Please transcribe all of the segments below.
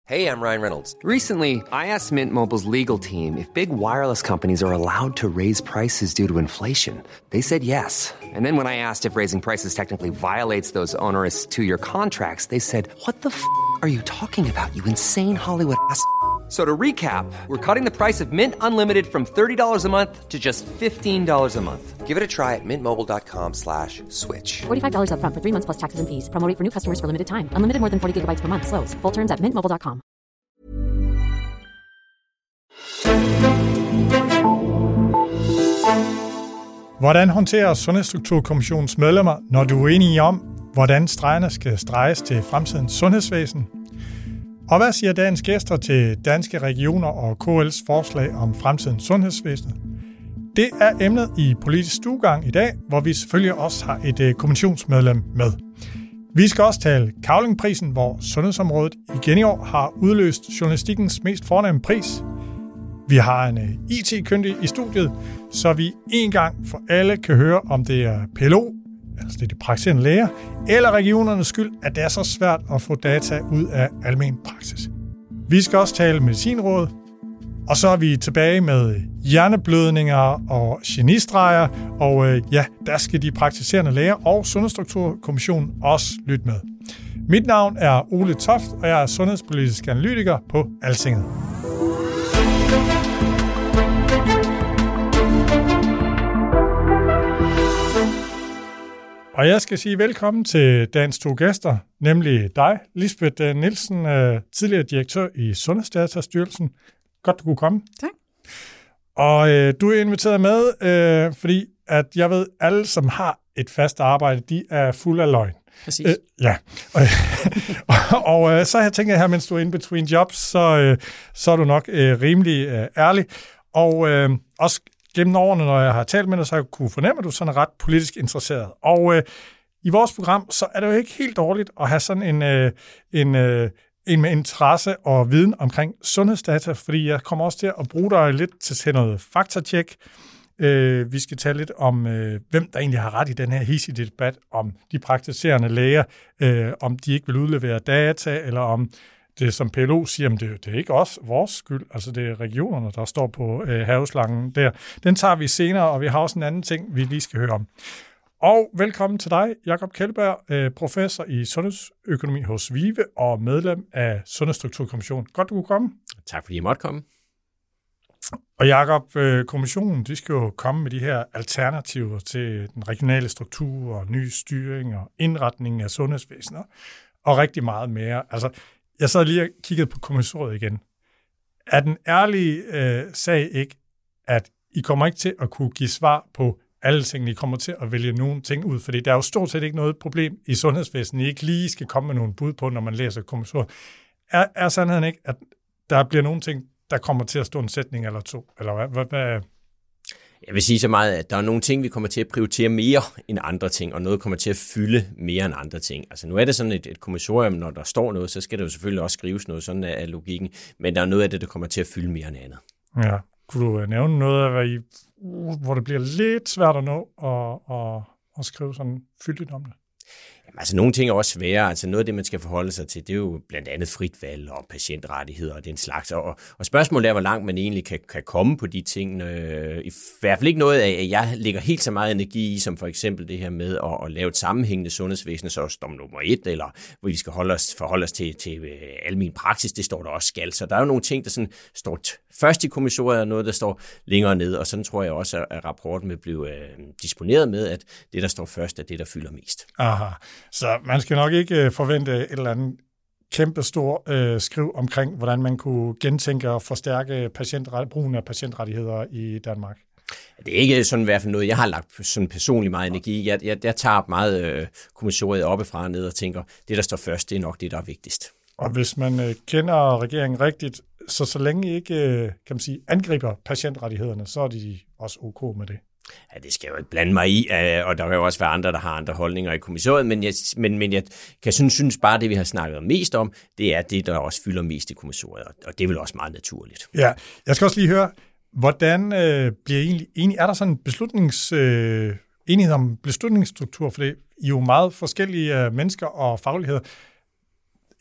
Hey, I'm Ryan Reynolds. Recently, I asked Mint Mobile's legal team if big wireless companies are allowed to raise prices due to inflation. They said yes. And then when I asked if raising prices technically violates those onerous two-year contracts, they said, "What the are you talking about, you insane Hollywood ass?" So to recap, we're cutting the price of Mint Unlimited from $30 a month to just $15 a month. Give it a try at mintmobile.com/switch. $45 up front for 3 months plus taxes and fees. Promo rate for new customers for limited time. Unlimited more than 40 gigabytes per month. Slows full terms at mintmobile.com. Hvordan håndterer Sundhedsstrukturkommissionens medlemmer, når du er enige om, hvordan stregerne skal streges til fremtidens sundhedsvæsen? Og hvad siger dagens gæster til Danske Regioner og KL's forslag om fremtidens sundhedsvæsen? Det er emnet i Politisk Stuegang i dag, hvor vi selvfølgelig også har et kommissionsmedlem med. Vi skal også tale Cavlingprisen, hvor sundhedsområdet igen i år har udløst journalistikkens mest fornemme pris. Vi har en IT-kyndig i studiet, så vi en gang for alle kan høre, om det er PLO, altså det er de praktiserende læger, eller regionernes skyld, at det er så svært at få data ud af almen praksis. Vi skal også tale medicinråd, og så er vi tilbage med hjerneblødninger og genistreger, og der skal de praktiserende læger og Sundhedsstrukturkommissionen også lytte med. Mit navn er Ole Toft, og jeg er sundhedspolitisk analytiker på Altinget. Og jeg skal sige velkommen til dagens to gæster, nemlig dig, Lisbeth Nielsen, tidligere direktør i Sundhedsdatastyrelsen. Godt, du kunne komme. Tak. Og du er inviteret med, fordi at jeg ved, alle, som har et fast arbejde, de er fuld af løgn. Præcis. Ja. Og så jeg tænker her, mens du er in between jobs, så er du nok rimelig ærlig. Og også gennem årene, når jeg har talt med dig, så har jeg kunne fornemme, at du er sådan ret politisk interesseret. Og i vores program, så er det jo ikke helt dårligt at have sådan en med interesse og viden omkring sundhedsdata, fordi jeg kommer også til at bruge dig lidt til noget faktatjek. Vi skal tale lidt om, hvem der egentlig har ret i den her hidsige debat, om de praktiserende læger, om de ikke vil udlevere data, eller om det, som PLO siger, men det er ikke også vores skyld, altså det er regionerne, der står på haveslangen der. Den tager vi senere, og vi har også en anden ting, vi lige skal høre om. Og velkommen til dig, Jakob Kjeldberg, professor i sundhedsøkonomi hos VIVE og medlem af Sundhedsstrukturkommissionen. Godt, du kunne komme. Tak fordi jeg måtte komme. Og Jakob, kommissionen, de skal jo komme med de her alternativer til den regionale struktur og ny styring og indretning af sundhedsvæsenet og rigtig meget mere. Altså, jeg sad lige og kiggede på kommissoriet igen. Er den ærlige sag ikke, at I kommer ikke til at kunne give svar på alle tingene, I kommer til at vælge nogle ting ud, fordi der er jo stort set ikke noget problem i sundhedsvæsenet, I ikke lige skal komme med nogle bud på, når man læser kommissoriet. Er sandheden ikke, at der bliver nogle ting, der kommer til at stå en sætning eller to? Eller hvad? Jeg vil sige så meget, at der er nogle ting, vi kommer til at prioritere mere end andre ting, og noget kommer til at fylde mere end andre ting. Altså nu er det sådan et kommissorium, når der står noget, så skal der jo selvfølgelig også skrives noget, sådan er logikken, men der er noget af det, der kommer til at fylde mere end andet. Ja, kunne du nævne noget af, hvad hvor det bliver lidt svært at nå at skrive sådan fyldigt om det? Jamen, altså nogle ting er også svære. Altså noget af det, man skal forholde sig til, det er jo blandt andet frit valg og patientrettigheder og den slags. Og spørgsmålet er, hvor langt man egentlig kan komme på de ting. I hvert fald ikke noget af, at jeg lægger helt så meget energi i, som for eksempel det her med at lave et sammenhængende sundhedsvæsen, så står nummer 1, eller hvor vi skal forholde os til almen praksis, det står der også skal. Så der er jo nogle ting, der sådan står først i kommissoriet, og noget, der står længere ned, og sådan tror jeg også, at rapporten vil blive disponeret med, at det, der står først, er det, der fylder mest. Aha. Så man skal nok ikke forvente et eller andet kæmpestor skriv omkring, hvordan man kunne gentænke og forstærke brugen af patientrettigheder i Danmark. Det er ikke sådan i hvert fald noget, jeg har lagt sådan personligt meget energi. Jeg tager meget kommissoriet oppefra og ned og tænker, det, der står først, det er nok det, der er vigtigst. Og hvis man kender regeringen rigtigt, så længe I ikke kan man sige, angriber patientrettighederne, så er de også ok med det. Ja, det skal jeg jo ikke blande mig i, og der kan jo også være andre, der har andre holdninger i kommissoriet, men jeg kan synes bare, det vi har snakket mest om, det er det, der også fylder mest i kommissoriet, og det er vel også meget naturligt. Ja, jeg skal også lige høre, hvordan bliver I egentlig enige? Er der sådan en enighed om beslutningsstruktur, for det er jo meget forskellige mennesker og fagligheder.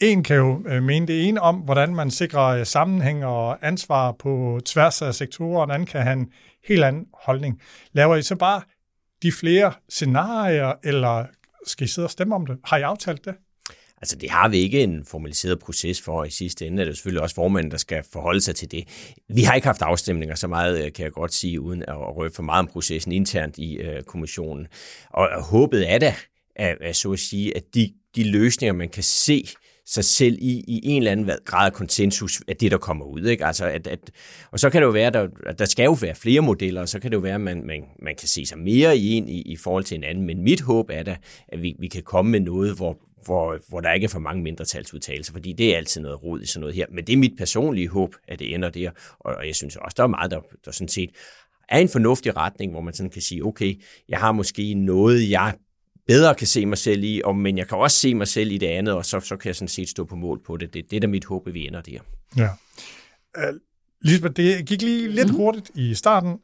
en kan jo mene det ene om, hvordan man sikrer sammenhæng og ansvar på tværs af sektorer, og den anden kan have en helt anden holdning. Laver I så bare de flere scenarier, eller skal I sidde og stemme om det? Har I aftalt det? Altså, det har vi ikke en formaliseret proces for. I sidste ende er det selvfølgelig også formanden, der skal forholde sig til det. Vi har ikke haft afstemninger så meget, kan jeg godt sige, uden at røbe for meget om processen internt i kommissionen. Og håbet er da, at så at sige, at de løsninger, man kan se sig selv i en eller anden grad af konsensus af det, der kommer ud. Ikke? Altså og så kan det jo være, at der skal jo være flere modeller, og så kan det jo være, at man kan se sig mere i en i forhold til en anden. Men mit håb er da, at vi kan komme med noget, hvor der ikke er for mange mindretalsudtalelser, fordi det er altid noget rod i sådan noget her. Men det er mit personlige håb, at det ender der, og jeg synes også, der er meget, der sådan set er en fornuftig retning, hvor man sådan kan sige, okay, jeg har måske noget, jeg bedre kan se mig selv i, men jeg kan også se mig selv i det andet, og så kan jeg sådan set stå på mål på det. Det er da mit håb, at vi ender der. Ja. Lisbeth, det gik lige lidt hurtigt i starten.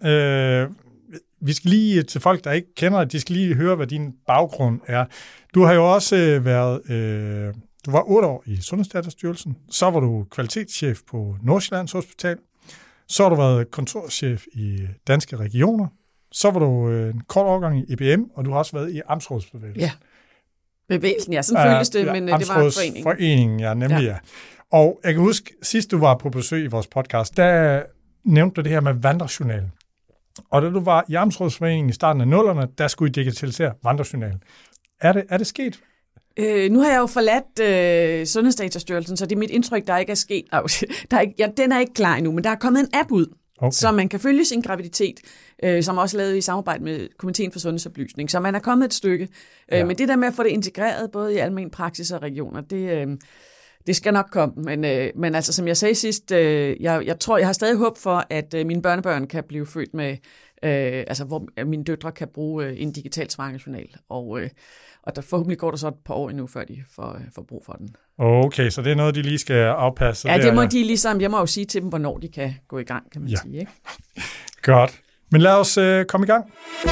Vi skal lige til folk, der ikke kender dig, de skal lige høre, hvad din baggrund er. Du har jo også været, du var 8 år i Sundhedsdatastyrelsen, så var du kvalitetschef på Nordsjællands Hospital, så har du været kontorchef i Danske Regioner, så var du en kort overgang i EBM, og du har også været i Amtsrådsbevægelsen. Ja, bevægelsen, ja, sådan føles det, men det var en forening. Foreningen, ja, nemlig ja. Og jeg kan huske, sidst du var på besøg i vores podcast, der nævnte du det her med vandrejournalen. Og da du var i Amtsrådsforeningen i starten af 00'erne, der skulle I digitalisere vandrejournalen. Er det sket? Nu har jeg jo forladt Sundhedsdatastyrelsen, så det er mit indtryk, der ikke er sket. Den er ikke klar endnu, men der er kommet en app ud, så man kan følge sin graviditet, som også er lavet i samarbejde med Komiteen for Sundhedsoplysning. Så man er kommet et stykke. Men det der med at få det integreret, både i almen praksis og regioner, det skal nok komme. Men altså, som jeg sagde sidst, jeg tror, jeg har stadig håb for, at mine børnebørn kan blive født med, hvor mine døtre kan bruge en digital svangerjournal. Og der forhåbentlig går der så et par år endnu, før de får brug for den. Okay, så det er noget, de lige skal afpasse. Ja, det må de ligesom, jeg må jo sige til dem, hvornår de kan gå i gang, kan man sige. Ikke? Godt. Men lad os komme i gang.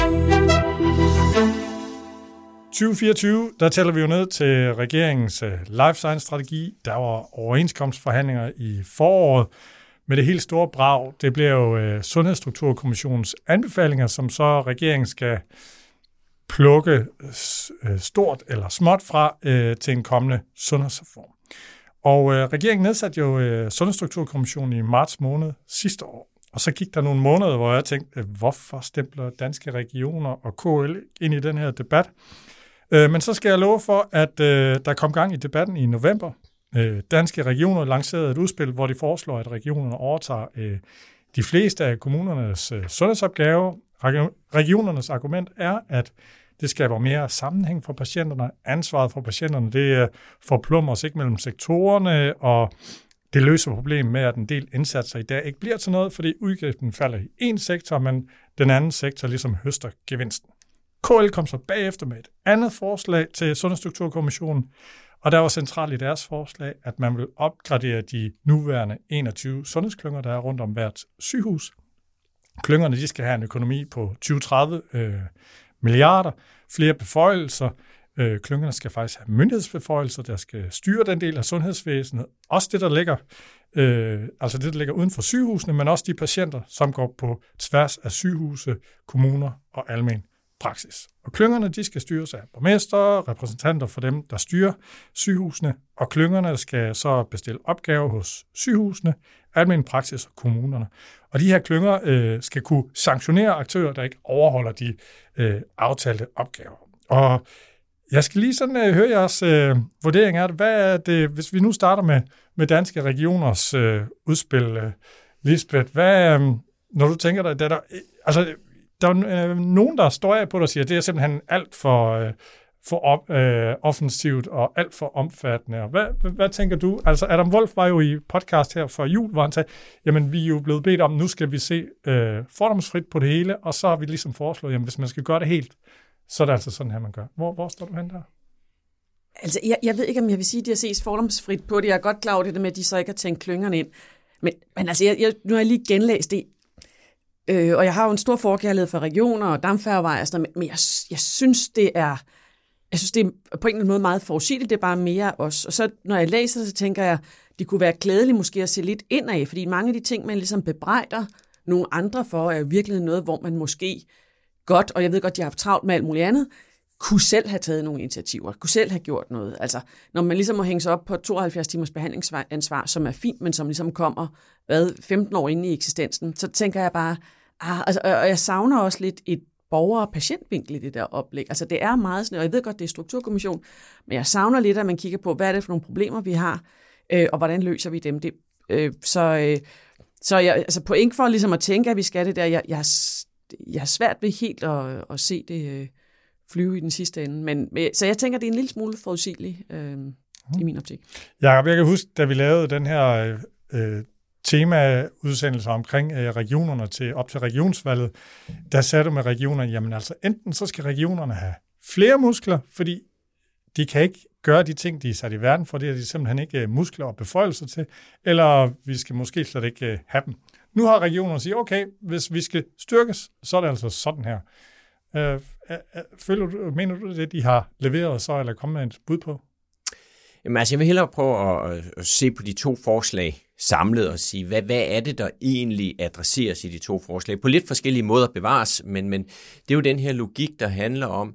2024, der tæller vi jo ned til regeringens life science-strategi. Der var overenskomstforhandlinger i foråret med det helt store brag. Det bliver jo Sundhedsstrukturkommissionens anbefalinger, som så regeringen skal plukke stort eller småt fra til en kommende sundhedsreform. Og regeringen nedsatte jo Sundhedsstrukturkommissionen i marts måned sidste år. Og så gik der nogle måneder, hvor jeg tænkte, hvorfor stempler Danske Regioner og KL ind i den her debat? Men så skal jeg love for, at der kom gang i debatten i november. Danske Regioner lancerede et udspil, hvor de foreslår, at regionerne overtager de fleste af kommunernes sundhedsopgaver. Regionernes argument er, at det skaber mere sammenhæng for patienterne. Ansvaret for patienterne, det forplummer os ikke mellem sektorerne, og det løser problemet med, at en del indsatser i dag ikke bliver til noget, fordi udgiften falder i en sektor, men den anden sektor ligesom høster gevinsten. KL kom så bagefter med et andet forslag til Sundhedsstrukturkommissionen, og der var centralt i deres forslag, at man vil opgradere de nuværende 21 sundhedsklynger, der er rundt om hvert sygehus. Klyngerne, de skal have en økonomi på 20-30 milliarder, flere beføjelser. Klyngerne skal faktisk have myndighedsbeføjelser, der skal styre den del af sundhedsvæsenet. Også det, der ligger uden for sygehusene, men også de patienter, som går på tværs af sygehuse, kommuner og almen praksis. Og klyngerne, de skal styres af borgmestre, repræsentanter for dem, der styrer sygehusene, og klyngerne skal så bestille opgaver hos sygehusene, almen praksis og kommunerne. Og de her klynger skal kunne sanktionere aktører, der ikke overholder de aftalte opgaver. Og jeg skal lige sådan høre jeres vurdering af det. Hvad er det, hvis vi nu starter med Danske Regioners udspil, Lisbeth, når du tænker dig, der er nogen, der står af på dig og siger, at det er simpelthen alt for offensivt og alt for omfattende. Og hvad tænker du? Altså Adam Wolf var jo i podcast her for jul, hvor han sagde, jamen vi er jo blevet bedt om, nu skal vi se fordomsfrit på det hele, og så har vi ligesom foreslået, jamen hvis man skal gøre det helt, så er det altså sådan her, man gør. Hvor står du hen der? Altså jeg ved ikke, om jeg vil sige, at de har set fordomsfrit på det. Jeg er godt klar over det med, at de så ikke har tænkt klyngerne ind. Men altså, nu har jeg lige genlæst det. Og jeg har jo en stor forkærlighed for regioner og dampfærgeveje og sådan noget, men jeg synes, det er Jeg synes, det er på en eller anden måde meget forudsigeligt, det er bare mere os. Og så når jeg læser, så tænker jeg, det kunne være klædeligt måske at se lidt indad, fordi mange af de ting, man ligesom bebrejder nogle andre for, er virkelig noget, hvor man måske godt, og jeg ved godt, de har haft travlt med alt muligt andet, kunne selv have taget nogle initiativer, kunne selv have gjort noget. Altså, når man ligesom må hænge sig op på 72 timers behandlingsansvar, som er fint, men som ligesom kommer 15 år inde i eksistensen, så tænker jeg bare, og jeg savner også lidt et borger- og patientvinkel i det der oplæg. Altså, det er meget sådan, og jeg ved godt, det er strukturkommission, men jeg savner lidt, at man kigger på, hvad er det for nogle problemer, vi har, og hvordan løser vi dem. Så jeg, altså point for ligesom at tænke, at vi skal det der, jeg har svært ved helt at se det flyve i den sidste ende. Så jeg tænker, det er en lille smule forudsigeligt i min optik. Jakob, jeg kan huske, da vi lavede den her temaudsendelse omkring regionerne op til regionsvalget, der sagde du med regionerne, jamen altså enten så skal regionerne have flere muskler, fordi de kan ikke gøre de ting, de er sat i verden for, det er de simpelthen ikke muskler og beføjelser til, eller vi skal måske slet ikke have dem. Nu har regionerne sagt, okay, hvis vi skal styrkes, så er det altså sådan her. Mener du det, de har leveret så, eller kommet med et bud på? Jamen altså, jeg vil hellere prøve at se på de to forslag samlet og sige, hvad er det, der egentlig adresseres i de to forslag? På lidt forskellige måder bevares, men det er jo den her logik, der handler om,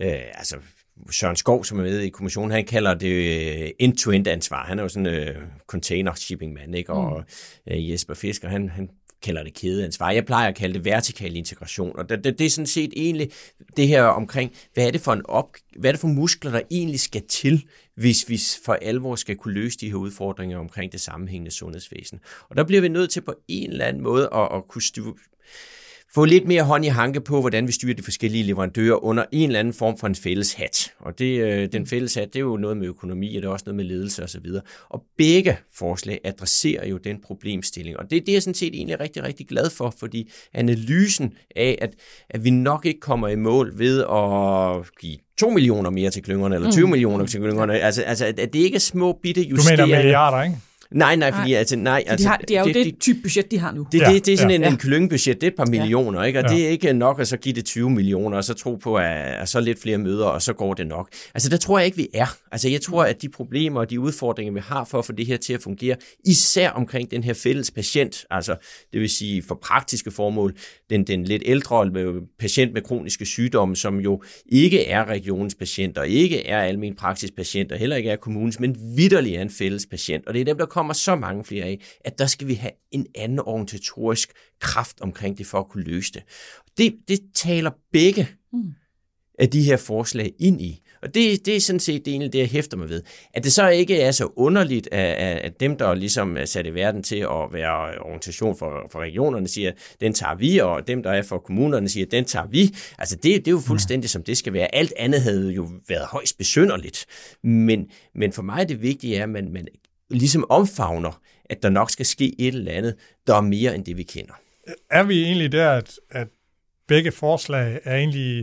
Søren Skov, som er med i kommissionen, han kalder det end-to-end ansvar. Han er jo sådan en container shipping man, ikke? Og Jesper Fisker, han kalder det kædeansvar. Jeg plejer at kalde det vertikal integration, og det er sådan set egentlig det her omkring, hvad er det for muskler, der egentlig skal til, hvis vi for alvor skal kunne løse de her udfordringer omkring det sammenhængende sundhedsvæsen. Og der bliver vi nødt til på en eller anden måde at kunne få lidt mere hånd i hanke på, hvordan vi styrer de forskellige leverandører under en eller anden form for en fælles hat. Og den fælles hat, det er jo noget med økonomi, og det er også noget med ledelse osv. Og begge forslag adresserer jo den problemstilling. Og det er jeg sådan set egentlig rigtig, rigtig glad for, fordi analysen af, at vi nok ikke kommer i mål ved at give 2 millioner mere til klyngerne, eller 20 millioner til klyngerne, altså at det ikke er små bitte justeringer. Du mener milliarder, ikke? Nej, fordi det er jo det type budget, de har nu. Det er sådan en klyngebudget, det er et par millioner, ikke? Og det er ikke nok at så give det 20 millioner, og så tro på, at så lidt flere møder, og så går det nok. Altså, der tror jeg ikke, vi er. Altså, jeg tror, at de problemer og de udfordringer, vi har for at få det her til at fungere, især omkring den her fælles patient, altså, det vil sige for praktiske formål, den lidt ældre patient med kroniske sygdomme, som jo ikke er regionens patienter, ikke er almen praksis patienter, heller ikke er kommunens, men vitterlig er en fælles patient. Og det er dem, der kommer så mange flere af, at der skal vi have en anden organisatorisk kraft omkring det for at kunne løse det. Det taler begge af de her forslag ind i. Og det er sådan set det egentlig, det jeg hæfter mig ved. At det så ikke er så underligt, at dem, der ligesom er sat i verden til at være organisation for regionerne, siger, den tager vi, og dem, der er for kommunerne, siger, den tager vi. Altså det er jo fuldstændig, som det skal være. Alt andet havde jo været højst besynderligt. Men for mig det vigtige er, at man ligesom omfavner, at der nok skal ske et eller andet, der er mere end det, vi kender. Er vi egentlig der, at begge forslag er egentlig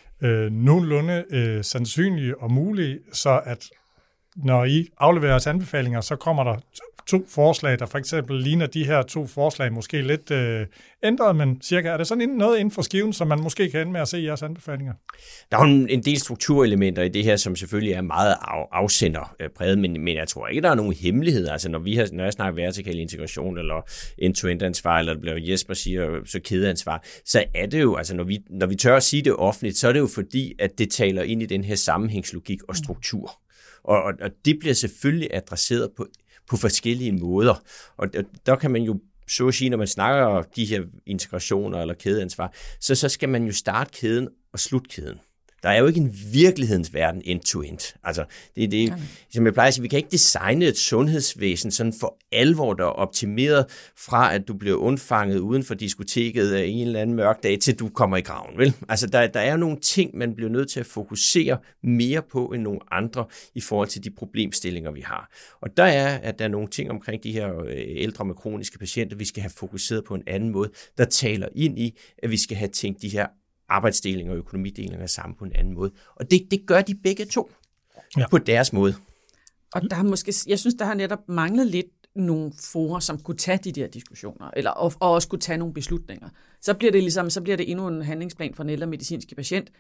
nogenlunde sandsynlige og mulige, så at når I afleverer jeres anbefalinger, så kommer der 2 forslag, der for eksempel ligner de her 2 forslag måske lidt ændret, men cirka er det sådan noget inden for skiven, som man måske kan ende med at se i jeres anbefalinger? Der er jo en del strukturelementer i det her, som selvfølgelig er meget afsenderpræget, men jeg tror ikke, der er nogen hemmelighed. Altså når jeg snakker vertikal integration, eller end-to-end ansvar, eller det bliver Jesper siger, så kædeansvar, så er det jo, altså når vi tør at sige det offentligt, så er det jo fordi, at det taler ind i den her sammenhængslogik og struktur. Og det bliver selvfølgelig adresseret på forskellige måder. Og der kan man jo så at sige, når man snakker om de her integrationer eller kædeansvar, så skal man jo starte kæden og slutte kæden. Der er jo ikke en virkelighedens verden end-to-end. Altså, det som jeg plejer at sige, vi kan ikke designe et sundhedsvæsen sådan for alvor, der er optimeret fra, at du bliver undfanget uden for diskoteket af en eller anden mørk dag, til du kommer i graven, vel? Altså, der er jo nogle ting, man bliver nødt til at fokusere mere på end nogle andre i forhold til de problemstillinger, vi har. Og der er nogle ting omkring de her ældre med kroniske patienter, vi skal have fokuseret på en anden måde, der taler ind i, at vi skal have tænkt de her arbejdsdelinger og økonomidelinger sammen på en anden måde. Og det gør de begge to på deres måde. Og der har måske, jeg synes, der har netop manglet lidt nogle forer, som kunne tage de der diskussioner, og også kunne tage nogle beslutninger. Så bliver det endnu en handlingsplan for den ældre medicinske patient.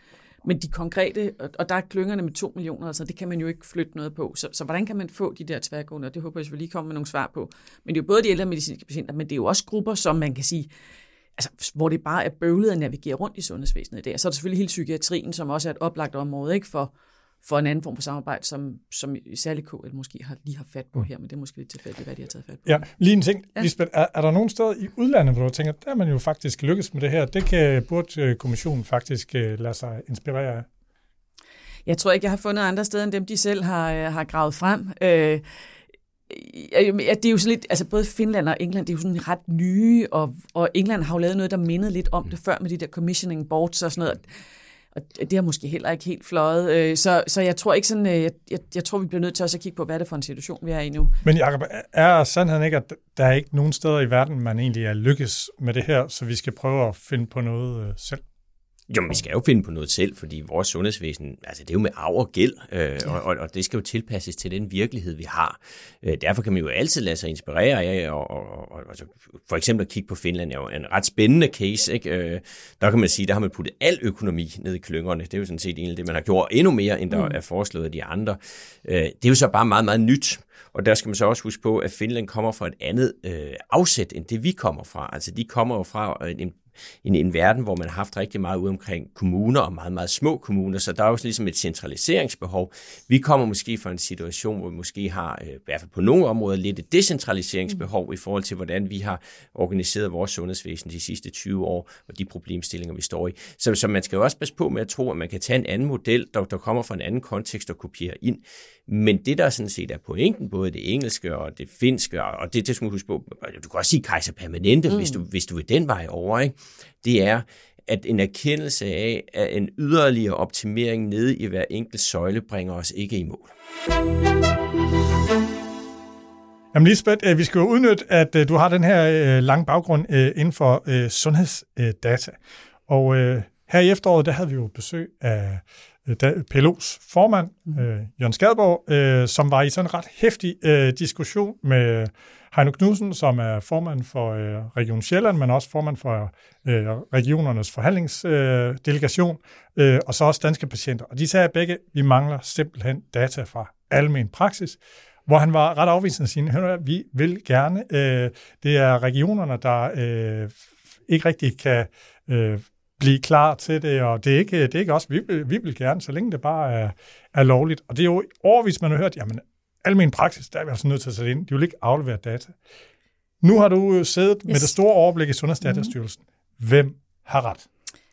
Men de konkrete, og der er klyngerne med 2 millioner, altså det kan man jo ikke flytte noget på. Så hvordan kan man få de der tværgående, og det håber jeg selvfølgelig kommer med nogle svar på. Men det er jo både de ældre medicinske patienter, men det er jo også grupper, som man kan sige, altså, hvor det bare er bøvlet at navigere rundt i sundhedsvæsenet i dag. Så er der selvfølgelig hele psykiatrien, som også er et oplagt område, ikke, for en anden form for samarbejde, som særligt KL måske lige har fat på her, men det er måske lidt tilfældigt, hvad de har taget fat på. Ja, lige en ting, Lisbeth. Er der nogen steder i udlandet, hvor du tænker, der er man jo faktisk lykkes med det her? Det burde kommissionen faktisk lade sig inspirere af. Jeg tror ikke, jeg har fundet andre steder, end dem, de selv har gravet frem. Det er jo så lidt, altså både Finland og England, det er jo sådan ret nye, og England har jo lavet noget, der mindede lidt om det før med de der commissioning boards og sådan noget. Og det har måske heller ikke helt fløjet. Så jeg tror ikke sådan, jeg tror, vi bliver nødt til også at kigge på, hvad det er for en situation, vi er i nu. Men Jacob, er sandheden ikke, at der er ikke nogen steder i verden, man egentlig er lykkes med det her, så vi skal prøve at finde på noget selv? Jo, vi skal jo finde på noget selv, fordi vores sundhedsvæsen, altså det er jo med arv og gæld, og det skal jo tilpasses til den virkelighed, vi har. Derfor kan man jo altid lade sig inspirere af, og for eksempel at kigge på Finland er jo en ret spændende case, ikke? Der kan man sige, der har man puttet al økonomi ned i klyngerne. Det er jo sådan set egentlig det, man har gjort endnu mere, end der er foreslået af de andre. Det er jo så bare meget, meget nyt. Og der skal man så også huske på, at Finland kommer fra et andet afsæt, end det vi kommer fra. Altså de kommer jo fra en verden, hvor man har haft rigtig meget ude omkring kommuner og meget, meget små kommuner, så der er jo ligesom et centraliseringsbehov. Vi kommer måske fra en situation, hvor vi måske har, i hvert fald på nogle områder, lidt et decentraliseringsbehov i forhold til, hvordan vi har organiseret vores sundhedsvæsen de sidste 20 år, og de problemstillinger, vi står i. Så man skal jo også passe på med at tro, at man kan tage en anden model, der kommer fra en anden kontekst og kopiere ind. Men det, der sådan set er pointen, både det engelske og det finske, og det skal man huske på, du kan også sige Kaiser Permanente, hvis du vil den vej over, ikke? Det er, at en erkendelse af, at en yderligere optimering nede i hver enkelt søjle bringer os ikke i mål. Jamen Lisbeth, vi skal jo udnytte, at du har den her lange baggrund inden for sundhedsdata. Og her i efteråret, der havde vi jo besøg af PLO's formand, Jørgen Skadborg, som var i sådan en ret heftig diskussion med Heino Knudsen, som er formand for Region Sjælland, men også formand for regionernes forhandlingsdelegation, og så også Danske Patienter. Og de sagde begge, vi mangler simpelthen data fra almen praksis, hvor han var ret afvisende at sige, vi vil gerne, det er regionerne, der ikke rigtig kan blive klar til det, og det er ikke os, vi vil gerne, så længe det bare er lovligt. Og det er jo overvist, man har hørt, jamen almen praksis, der er vi altså nødt til at sætte ind, de vil ikke aflevere data. Nu har du siddet med det store overblik i Sundhedsdatastyrelsen. Hvem har ret?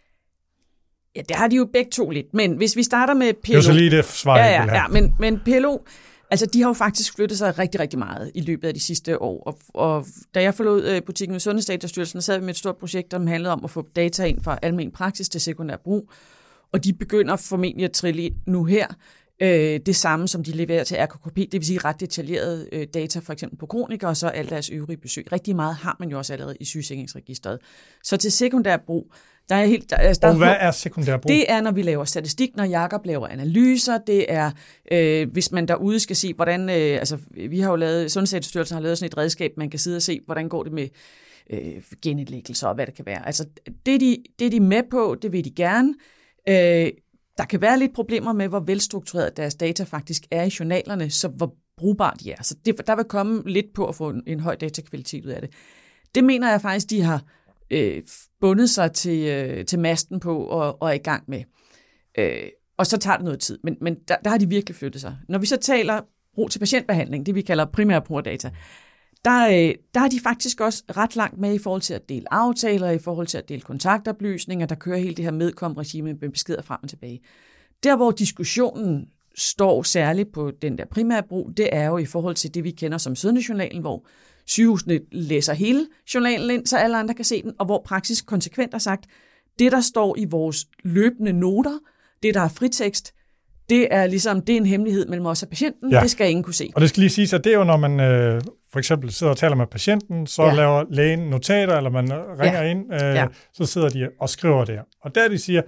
Ja, det har de jo begge to lidt, men hvis vi starter med PLO... Det er så lige det svar, jeg vil have. Men PLO, altså de har jo faktisk flyttet sig rigtig, rigtig meget i løbet af de sidste år, og da jeg forlod butikken med Sundhedsdatastyrelsen, sad vi med et stort projekt, der handlede om at få data ind fra almen praksis til sekundær brug, og de begynder formentlig at trille ind nu her, det samme som de leverer til RKKP, det vil sige ret detaljerede data for eksempel på kronikere og så alle deres øvrige besøg. Rigtig meget har man jo også allerede i sygesikringsregisteret. Så til sekundær brug, der er helt... Og hvad er sekundær brug? Det er, når vi laver statistik, når Jacob laver analyser, det er, hvis man derude skal se, hvordan... vi har jo lavet... Sundhedsdatastyrelsen har lavet sådan et redskab, man kan sidde og se, hvordan går det med genindlæggelser og hvad det kan være. Altså, det er de med på, det vil de gerne. Der kan være lidt problemer med, hvor velstruktureret deres data faktisk er i journalerne, så hvor brugbart de er. Så der vil komme lidt på at få en høj datakvalitet ud af det. Det mener jeg faktisk, de har bundet sig til masten på og er i gang med. Og så tager det noget tid, men der har de virkelig flyttet sig. Når vi så taler brug til patientbehandling, det vi kalder primære brugerdata, der er de faktisk også ret langt med i forhold til at dele aftaler, i forhold til at dele kontaktoplysninger, der kører hele det her medkom-regime med beskeder frem og tilbage. Der, hvor diskussionen står særligt på den der primære brug, det er jo i forhold til det, vi kender som sundhedsjournalen, hvor sygehusene læser hele journalen ind, så alle andre kan se den, og hvor praksis konsekvent har sagt, det, der står i vores løbende noter, det, der er fritekst, det er en hemmelighed mellem os og patienten, det skal ingen kunne se. Og det skal lige siges, at det er jo, når man for eksempel sidder og taler med patienten, så laver lægen notater, eller man ringer ind, så sidder de og skriver det. Og der de siger,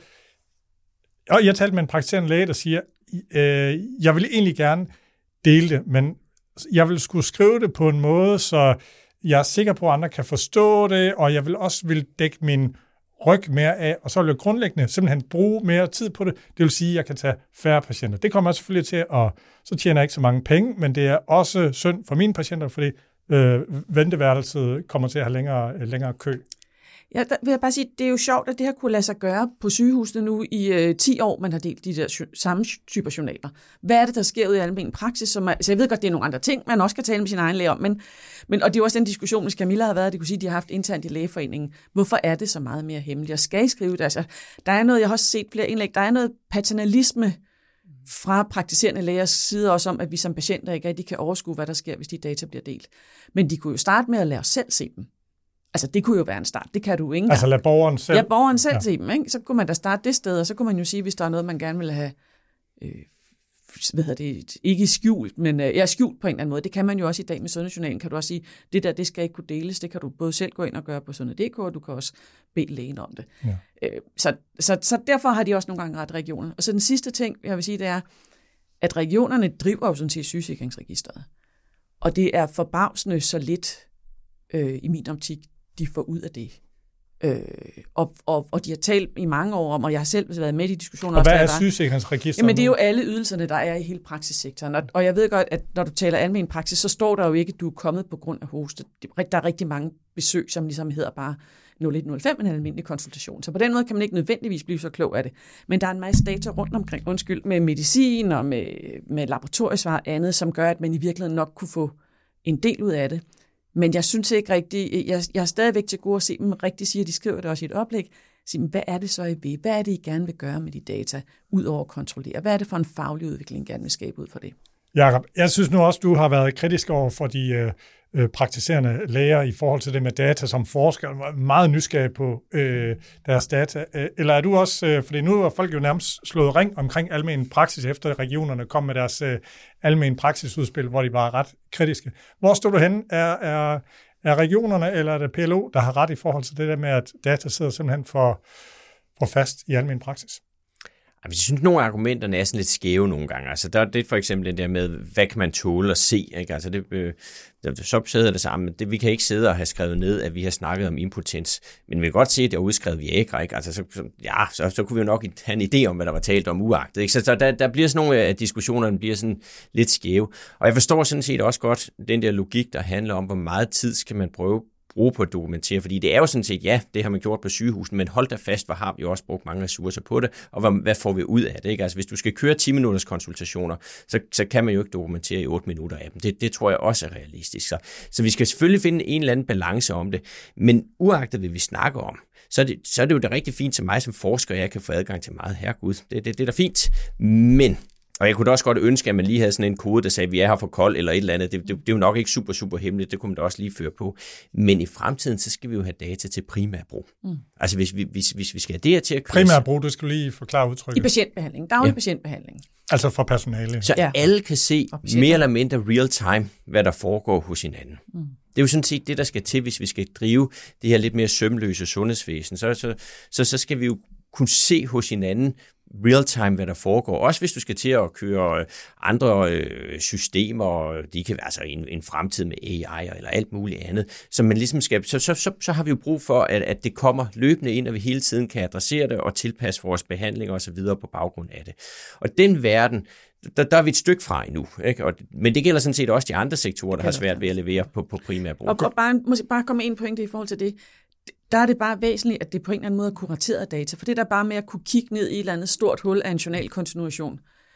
og jeg talte med en praktiserende læge, der siger, jeg vil egentlig gerne dele det, men jeg vil skulle skrive det på en måde, så jeg er sikker på, at andre kan forstå det, og jeg vil også dække min rykke mere af, og så vil jeg grundlæggende simpelthen bruge mere tid på det. Det vil sige, at jeg kan tage færre patienter. Det kommer selvfølgelig til, at så tjener jeg ikke så mange penge, men det er også synd for mine patienter, fordi venteværelset kommer til at have længere kø. Ja, der vil jeg bare sige, det er jo sjovt, at det her kunne lade sig gøre på sygehusene nu i 10 år, man har delt de der samme typer journaler. Hvad er det, der sker ud i almen praksis? Så jeg ved godt, det er nogle andre ting, man også kan tale med sin egen læge om, men og det er jo også den diskussion, hvis Camilla har været, at de kunne sige, at de har haft internt i lægeforeningen. Hvorfor er det så meget mere hemmeligt? Og skal I skrive det? Altså, der er noget, jeg har også set flere indlæg, der er noget paternalisme fra praktiserende lægers side også om, at vi som patienter ikke rigtig kan overskue, hvad der sker, hvis de data bliver delt. Men de kunne jo starte med at lade os selv se dem. Altså, det kunne jo være en start. Det kan du ikke. Altså, lad borgeren selv... Ja, borgeren selv se dem, ikke? Så kunne man da starte det sted, og så kunne man jo sige, hvis der er noget, man gerne vil have, ikke skjult, men skjult på en eller anden måde. Det kan man jo også i dag med sundhedsjournalen. Kan du også sige, det skal ikke kunne deles. Det kan du både selv gå ind og gøre på sundhed.dk, og du kan også bede lægen om det. Ja. Så derfor har de også nogle gange ret regionerne. Og så den sidste ting, jeg vil sige, det er, at regionerne driver jo sådan set sygesikringsregisteret. Og det er forbavsende så lidt i min optik, de får ud af det. Og de har talt i mange år om, og jeg har selv været med i diskussioner. Og hvad er sygesikringsregisteret? Jamen det er jo alle ydelserne, der er i hele praksissektoren. Og jeg ved godt, at når du taler almen praksis, så står der jo ikke, at du er kommet på grund af hoste. Der er rigtig mange besøg, som ligesom hedder bare 0105, en almindelig konsultation. Så på den måde kan man ikke nødvendigvis blive så klog af det. Men der er en masse data rundt omkring, med medicin og med laboratoriesvar og andet, som gør, at man i virkeligheden nok kunne få en del ud af det. Men jeg synes ikke rigtigt, jeg er stadigvæk til gode at se dem rigtig sige, de skriver det også i et oplæg, sige, hvad er det så, I vil? Hvad er det, I gerne vil gøre med de data, ud over at kontrollere? Hvad er det for en faglig udvikling, I gerne vil skabe ud for det? Jakob, jeg synes nu også, du har været kritisk over for de praktiserende læger i forhold til det med data som forsker, meget nysgerrig på deres data. Eller er du også, fordi nu har folk jo nærmest slået ring omkring almen praksis, efter regionerne kom med deres almen praksisudspil, hvor de var ret kritiske. Hvor står du henne? Er regionerne, eller er det PLO, der har ret i forhold til det der med, at data sidder simpelthen for fast i almen praksis? Jeg synes, at nogle af argumenterne er sådan lidt skæve nogle gange. Altså, der er det for eksempel det der med, hvad kan man tåle at se? Ikke? Altså, så sidder det sammen. Vi kan ikke sidde og have skrevet ned, at vi har snakket om impotens. Men vi kan godt se, at det er udskrevet Viagra. Ikke? Altså, så kunne vi jo nok have en idé om, hvad der var talt om uagtet. Ikke? Så der bliver sådan nogle af diskussionerne bliver sådan lidt skæve. Og jeg forstår sådan set også godt den der logik, der handler om, hvor meget tid skal man bruge på at dokumentere, fordi det er jo sådan set, ja, det har man gjort på sygehusen, men hold da fast, hvor har vi også brugt mange ressourcer på det, og hvad får vi ud af det, ikke? Altså, hvis du skal køre 10-minutters konsultationer, så kan man jo ikke dokumentere i 8 minutter af dem. Det tror jeg også er realistisk. Så vi skal selvfølgelig finde en eller anden balance om det, men uagtet hvad vi snakker om, så er det jo da rigtig fint til mig som forsker, jeg kan få adgang til meget, herregud. Det er da fint, men og jeg kunne da også godt ønske, at man lige havde sådan en kode, der sagde, at vi er her for kold eller et eller andet. Det er jo nok ikke super, super hemmeligt. Det kunne man da også lige føre på. Men i fremtiden, så skal vi jo have data til primærbrug. Altså hvis vi skal have det her til at køre... Primærbrug, det skal lige forklare udtrykket. I patientbehandling. Daglig patientbehandling. Altså for personale. Så alle kan se mere eller mindre real time, hvad der foregår hos hinanden. Det er jo sådan set det, der skal til, hvis vi skal drive det her lidt mere sømløse sundhedsvæsen. Så skal vi jo kunne se hos hinanden real-time, hvad der foregår. Også hvis du skal til at køre andre systemer, de kan være altså en fremtid med AI eller alt muligt andet, som man ligesom skal, så har vi jo brug for, at det kommer løbende ind, og vi hele tiden kan adressere det og tilpasse vores behandlinger osv. på baggrund af det. Og den verden, der er vi et stykke fra endnu. Ikke? Men det gælder sådan set også de andre sektorer, der har svært ved at levere på primærbrug. Og måske bare komme en pointe i forhold til det. Der er det bare væsentligt, at det på en eller anden måde er kurateret data, for det der bare med at kunne kigge ned i et eller andet stort hul af en journalkontinuation,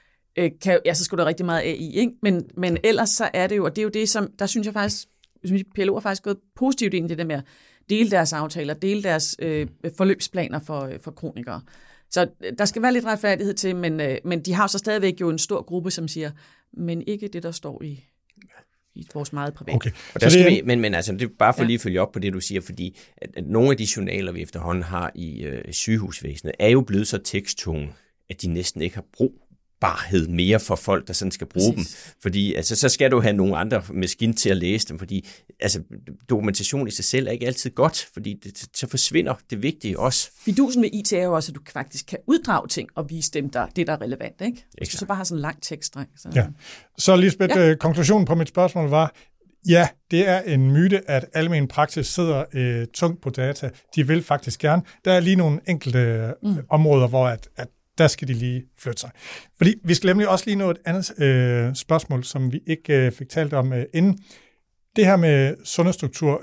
så skulle der rigtig meget AI, ikke? Men ellers så er det jo, og det er jo det, som, der synes jeg faktisk, PLO har faktisk gået positivt ind i det der med at dele deres aftaler, dele deres forløbsplaner for kronikere. Så der skal være lidt retfærdighed til, men de har så stadigvæk jo en stor gruppe, som siger, men ikke det, der står i vores meget privat. Okay. Og der skal men altså, det er bare for lige at følge op på det, du siger, fordi at nogle af de journaler, vi efterhånden har i sygehusvæsenet, er jo blevet så teksttunge, at de næsten ikke har brugbarhed mere for folk, der sådan skal bruge dem. Fordi altså, så skal du have nogle andre maskiner til at læse dem, fordi altså, dokumentation i sig selv er ikke altid godt, fordi så forsvinder det vigtige også. Fidusen med IT er jo også, at du faktisk kan uddrage ting og vise dem, det der er relevant, ikke? Hvis du så bare har sådan en lang tekststreng. Så Lisbeth, konklusionen på mit spørgsmål var, Ja, det er en myte, at almen praksis sidder tungt på data. De vil faktisk gerne. Der er lige nogle enkelte områder, hvor at der skal de lige flytte sig. Fordi vi skal nemlig også lige nå et andet spørgsmål, som vi ikke fik talt om inden. Det her med sundhedsstruktur,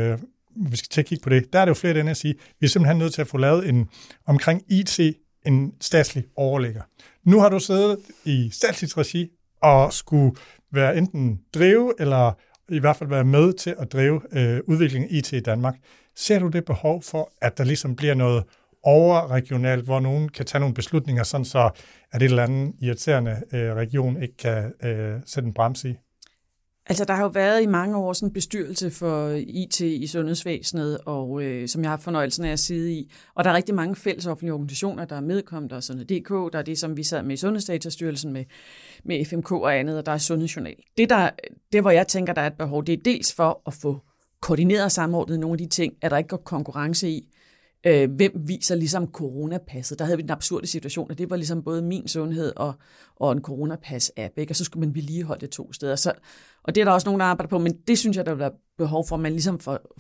vi skal til at kigge på det, der er det jo flere end at sige, vi er simpelthen nødt til at få lavet omkring IT en statslig overligger. Nu har du siddet i statsligt regi og skulle være enten drive, eller i hvert fald være med til at drive udviklingen af IT i Danmark. Ser du det behov for, at der ligesom bliver noget overregionalt, hvor nogen kan tage nogle beslutninger, sådan så at et eller andet irriterende region ikke kan sætte en bremse i? Altså, der har jo været i mange år sådan en bestyrelse for IT i sundhedsvæsenet, og som jeg har fornøjelsen af at sidde i. Og der er rigtig mange fælles offentlige organisationer, der er medkommet. Der er Sundhed.dk, der er det, som vi sad med i Sundhedsdatastyrelsen med FMK og andet, og der er Sundhedsjournal. Det, hvor jeg tænker, der er et behov, det er dels for at få koordineret og samordnet nogle af de ting, at der ikke går konkurrence i. Hvem viser ligesom coronapasset? Der havde vi den absurde situation, at det var ligesom både min sundhed og en coronapas-app, ikke? Og så skulle man vedligeholde det 2 steder. Og det er der også nogen, der arbejder på, men det synes jeg, der vil være behov for, at man ligesom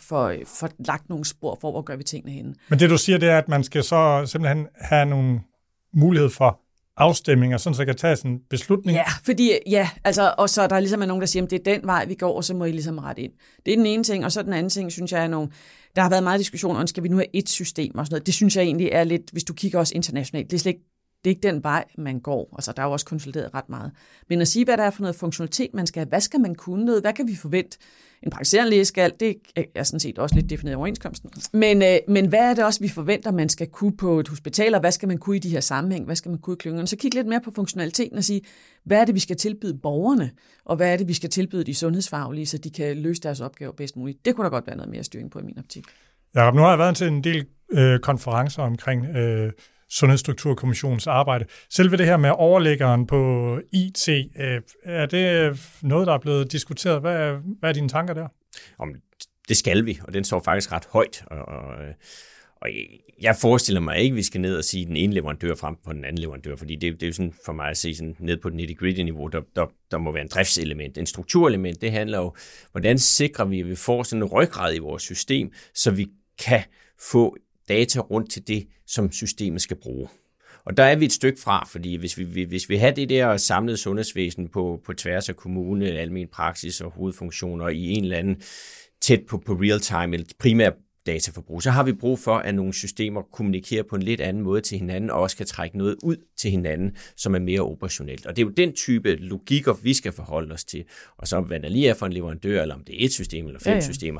får lagt nogle spor for, hvor gør vi tingene henne. Men det du siger, det er, at man skal så simpelthen have nogle mulighed for afstemninger, sådan så jeg kan tage sådan en beslutning? Ja, og så der ligesom er nogen, der siger, at det er den vej, vi går, og så må I ligesom rette ind. Det er den ene ting, og så den anden ting, synes jeg er der har været meget diskussion om, skal vi nu have et system og sådan noget. Det synes jeg egentlig er lidt, hvis du kigger også internationalt, det er ikke den vej, man går. Altså, der er jo også konsolideret ret meget. Men at sige, hvad der er for noget funktionalitet, man skal have, hvad skal man kunne noget, hvad kan vi forvente? En praktiserende læge skal, det er sådan set også lidt defineret i overenskomsten. Men hvad er det også, vi forventer, man skal kunne på et hospital, og hvad skal man kunne i de her sammenhæng, hvad skal man kunne i klyngerne? Så kig lidt mere på funktionaliteten og sige, hvad er det, vi skal tilbyde borgerne, og hvad er det, vi skal tilbyde de sundhedsfaglige, så de kan løse deres opgaver bedst muligt. Det kunne der godt være noget mere styring på i min optik. Ja, nu har jeg været til en del konferencer omkring Sundhedsstrukturkommissionens arbejde. Selve det her med overliggeren på IT, er det noget, der er blevet diskuteret? Hvad er dine tanker der? Det skal vi, og den står faktisk ret højt. Og jeg forestiller mig ikke, at vi skal ned og sige den ene leverandør frem på den anden leverandør, fordi det er jo sådan for mig at se sådan ned på det nitty-gritty-niveau, der må være en driftselement. En strukturelement, det handler jo, hvordan sikrer vi, at vi får sådan en ryggrad i vores system, så vi kan få data rundt til det, som systemet skal bruge. Og der er vi et stykke fra, fordi hvis vi har det der samlede sundhedsvæsen på tværs af kommune, almen praksis og hovedfunktioner i en eller anden tæt på real-time eller primært dataforbrug, så har vi brug for, at nogle systemer kommunikerer på en lidt anden måde til hinanden, og også kan trække noget ud til hinanden, som er mere operationelt. Og det er jo den type logikker, vi skal forholde os til. Og så hvad der lige er for en leverandør, eller om det er et system eller 5 systemer,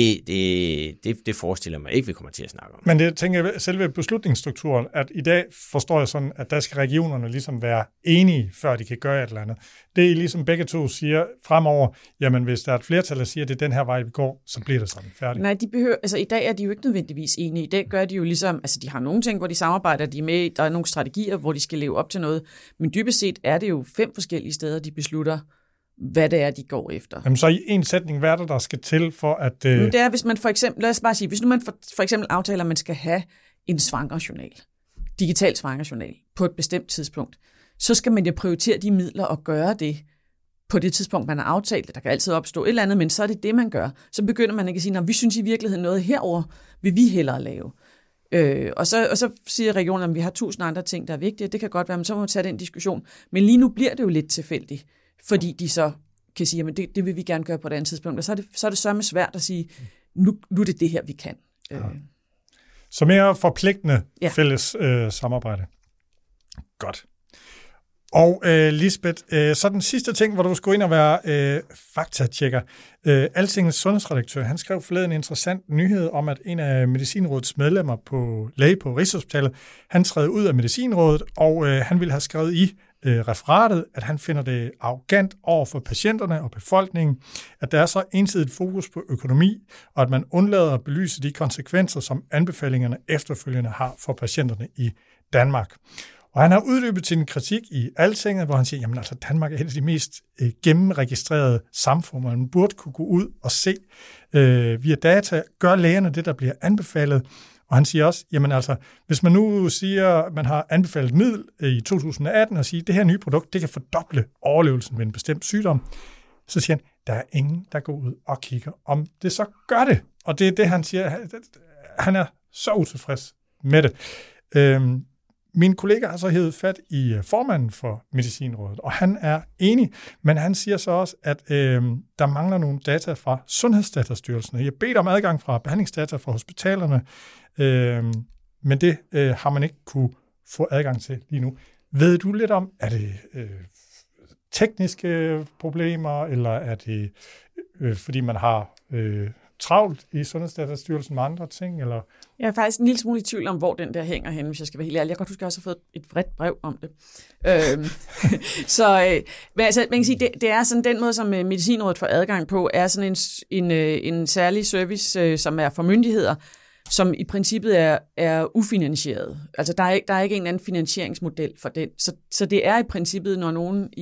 det forestiller mig ikke, vi kommer til at snakke om. Men det tænker jeg selve beslutningsstrukturen, at i dag forstår jeg sådan, at der skal regionerne ligesom være enige, før de kan gøre et eller andet. Det er ligesom begge to siger fremover, jamen hvis der er et flertal, der siger, at det er den her vej, vi går, så bliver det sådan færdigt. Nej, de behøver, altså i dag er de jo ikke nødvendigvis enige. I dag gør de jo ligesom, altså de har nogle ting, hvor de samarbejder, de er med, der er nogle strategier, hvor de skal leve op til noget, men dybest set er det jo 5 forskellige steder, de beslutter, hvad det er, de går efter. Jamen så i en sætning, hvad er der skal til for at... Det er, hvis man for eksempel, lad os bare sige, hvis nu man for eksempel aftaler, at man skal have en svangerjournal, digital svangerjournal, på et bestemt tidspunkt, så skal man jo prioritere de midler og gøre det på det tidspunkt, man har aftalt. Der kan altid opstå et eller andet, men så er det, man gør. Så begynder man ikke at sige, vi synes i virkeligheden noget herover vil vi hellere lave. Og så siger regionen, at vi har 1000 andre ting, der er vigtige. Det kan godt være, men så må vi tage den diskussion. Men lige nu bliver det jo lidt tilfældigt, fordi de så kan sige, at det vil vi gerne gøre på et andet tidspunkt. Og så er det sørme svært at sige, nu er det her, vi kan. Ja. Så mere forpligtende fælles samarbejde. Godt. Og Lisbeth, så den sidste ting, hvor du skulle ind og være faktatjekker. Altingets sundhedsredaktør, han skrev forleden en interessant nyhed om, at en af Medicinrådets medlemmer på læge på Rigshospitalet, han træder ud af Medicinrådet, og han ville have skrevet i referatet, at han finder det arrogant over for patienterne og befolkningen, at der er så ensidigt fokus på økonomi, og at man undlader at belyse de konsekvenser, som anbefalingerne efterfølgende har for patienterne i Danmark. Og han har uddybet sin kritik i Altinget, hvor han siger, jamen altså Danmark er et af de mest gennemregistrerede samfund, man burde kunne gå ud og se via data, gør lægerne det, der bliver anbefalet. Og han siger også, jamen altså, hvis man nu siger, at man har anbefalet middel i 2018, og siger, at det her nye produkt, det kan fordoble overlevelsen ved en bestemt sygdom, så siger han, Der er ingen, der går ud og kigger, om det så gør det. Og det er det, han siger. Han er så utilfreds med det. Min kollega har så hævet fat i formanden for Medicinrådet, og han er enig, men han siger så også, at der mangler nogle data fra Sundhedsdatastyrelsen. Jeg beder om adgang fra behandlingsdata fra hospitalerne, men det har man ikke kunne få adgang til lige nu. Ved du lidt om, er det tekniske problemer, eller er det fordi man har travlt i Sundhedsdatastyrelsen med andre ting? Eller? Jeg er faktisk en lille smule i tvivl om, hvor den der hænger hen, hvis jeg skal være helt ærlig. Jeg kan godt huske, at jeg også har fået et vredt brev om det. Men altså, man kan sige, det er sådan den måde, som Medicinrådet får adgang på, er sådan en særlig service, som er for myndigheder, som i princippet er ufinansieret. Altså, der er ikke en anden finansieringsmodel for den. Så det er i princippet, når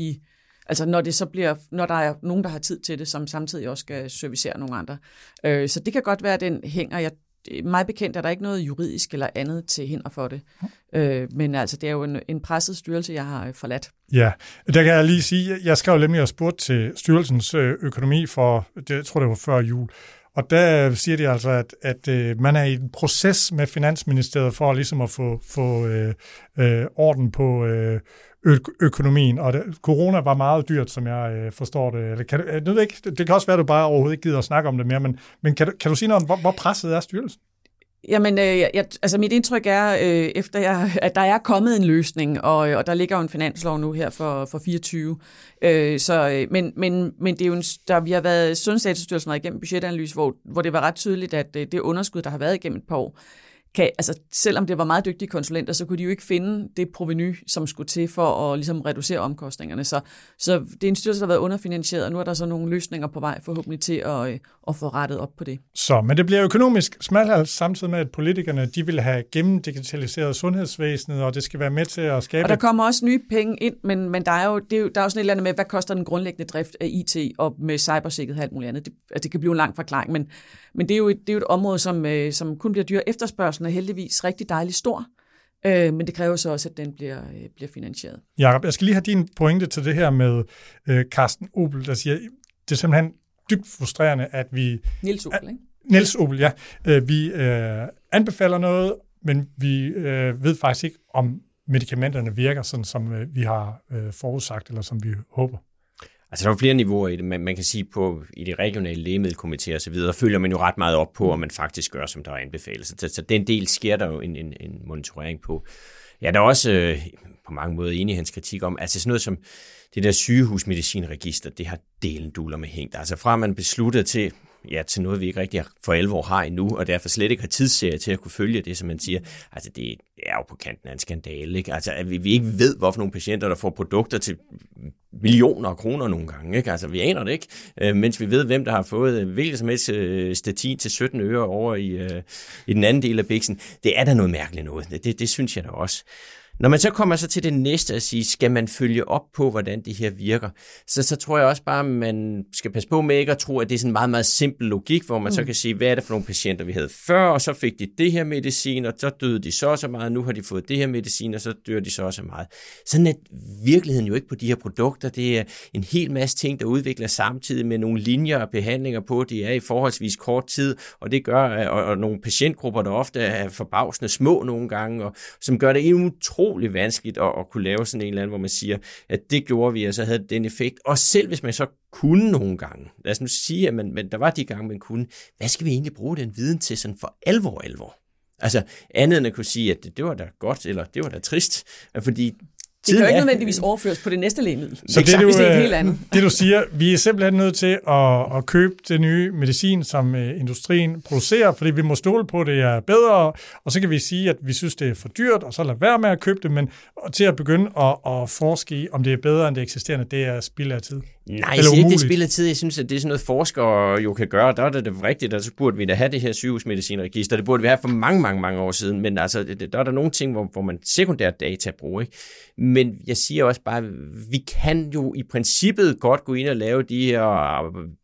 der er nogen, der har tid til det, som samtidig også skal servicere nogle andre. Så det kan godt være, at den hænger. Meget bekendt er der ikke noget juridisk eller andet til hinder for det. Men altså, det er jo en presset styrelse, jeg har forladt. Ja, der kan jeg lige sige, jeg skrev nemlig og spurgte til styrelsens økonomi for, jeg tror det var før jul, og der siger de altså, at man er i en proces med Finansministeriet for ligesom at få orden på økonomien, og corona var meget dyrt, som jeg forstår det. Eller det kan også være, at du bare overhovedet ikke gider at snakke om det mere, men kan du sige noget om, hvor presset er styrelsen? Jamen, altså mit indtryk er, at der er kommet en løsning, og der ligger jo en finanslov nu her for 24. Men det er jo vi har været Sundhedsdatastyrelsen igennem budgetanalyse, hvor det var ret tydeligt, at det underskud, der har været igennem et par år, selvom det var meget dygtige konsulenter, så kunne de jo ikke finde det provenu, som skulle til for at ligesom reducere omkostningerne. Så det er en styrelse, der har været underfinansieret, og nu er der så nogle løsninger på vej forhåbentlig til at få rettet op på det. Men det bliver økonomisk smalt, samtidig med, at politikerne de vil have gennemdigitaliseret sundhedsvæsenet, og det skal være med til at skabe... Og der kommer også nye penge ind, men der er jo sådan et eller andet med, hvad koster den grundlæggende drift af IT og med cybersikkerhed og alt muligt andet. Det kan blive en lang forklaring, men det er jo et område, som kun bliver dyr. Efterspørgselen er heldigvis rigtig dejligt stor, men det kræver så også, at den bliver finansieret. Jakob, jeg skal lige have din pointe til det her med Carsten Opel, der siger, det er simpelthen dybt frustrerende, at vi... Niels Opel, ikke? Niels Opel, ja. Vi anbefaler noget, men vi ved faktisk ikke, om medikamenterne virker, sådan som vi har forudsagt, eller som vi håber. Altså, der er flere niveauer i det. Man kan sige, i de regionale lægemiddelkomitéer og så videre, følger man jo ret meget op på, om man faktisk gør, som der er anbefalet. Så den del sker der jo en monitorering på. Ja, der er også på mange måder enig i hans kritik om, altså sådan noget som det der sygehusmedicinregister, det har delen duller med hængt. Altså fra man besluttede til noget, vi ikke rigtig for alvor har endnu, og derfor slet ikke har tidsserie til at kunne følge det, som man siger. Altså det er jo på kanten af en skandale, ikke? Altså at vi ikke ved, hvorfor nogle patienter, der får produkter til millioner af kroner nogle gange, ikke? Altså vi aner det ikke, mens vi ved, hvem der har fået hvilket som helst statin til 17 øre over i den anden del af biksen. Det er da noget mærkeligt noget. Det synes jeg da også. Når man så kommer til det næste at sige, skal man følge op på, hvordan det her virker, så tror jeg også bare, at man skal passe på med ikke at tro, at det er sådan en meget, meget simpel logik, hvor man så kan sige, hvad er det for nogle patienter, vi havde før, og så fik de det her medicin, og så døde de så meget, nu har de fået det her medicin, og så dør de så meget. Sådan er virkeligheden jo ikke på de her produkter. Det er en hel masse ting, der udvikler samtidig med nogle linjer og behandlinger på, de er i forholdsvis kort tid, og det gør, og nogle patientgrupper, der ofte er forbavsende små nogle gange, og som gør det utroligt vanskeligt at kunne lave sådan en eller anden, hvor man siger, at det gjorde vi, og så havde den effekt. Og selv hvis man så kunne nogle gange, lad os nu sige, at der var de gange, man kunne, hvad skal vi egentlig bruge den viden til sådan for alvor? Altså andet end at kunne sige, at det var da godt, eller det var da trist, fordi det kan jo ikke nødvendigvis overføres på det næste lægemiddel. Så det er helt andet. Det du siger, vi er simpelthen nødt til at købe det nye medicin, som industrien producerer, fordi vi må stole på, at det er bedre, og så kan vi sige, at vi synes, det er for dyrt, og så lade være med at købe det, men til at begynde at forske i, om det er bedre end det eksisterende, det er spild af tid. Nej, jeg siger ikke, det er spild af tid. Jeg synes, at det er sådan noget, forskere jo kan gøre. Der er det rigtigt, og så burde vi da have det her sygehusmedicinregister. Det burde vi have for mange år siden, men altså, der er der nogle ting, hvor man sekundært data bruger, ikke? Men jeg siger også bare, vi kan jo i princippet godt gå ind og lave de her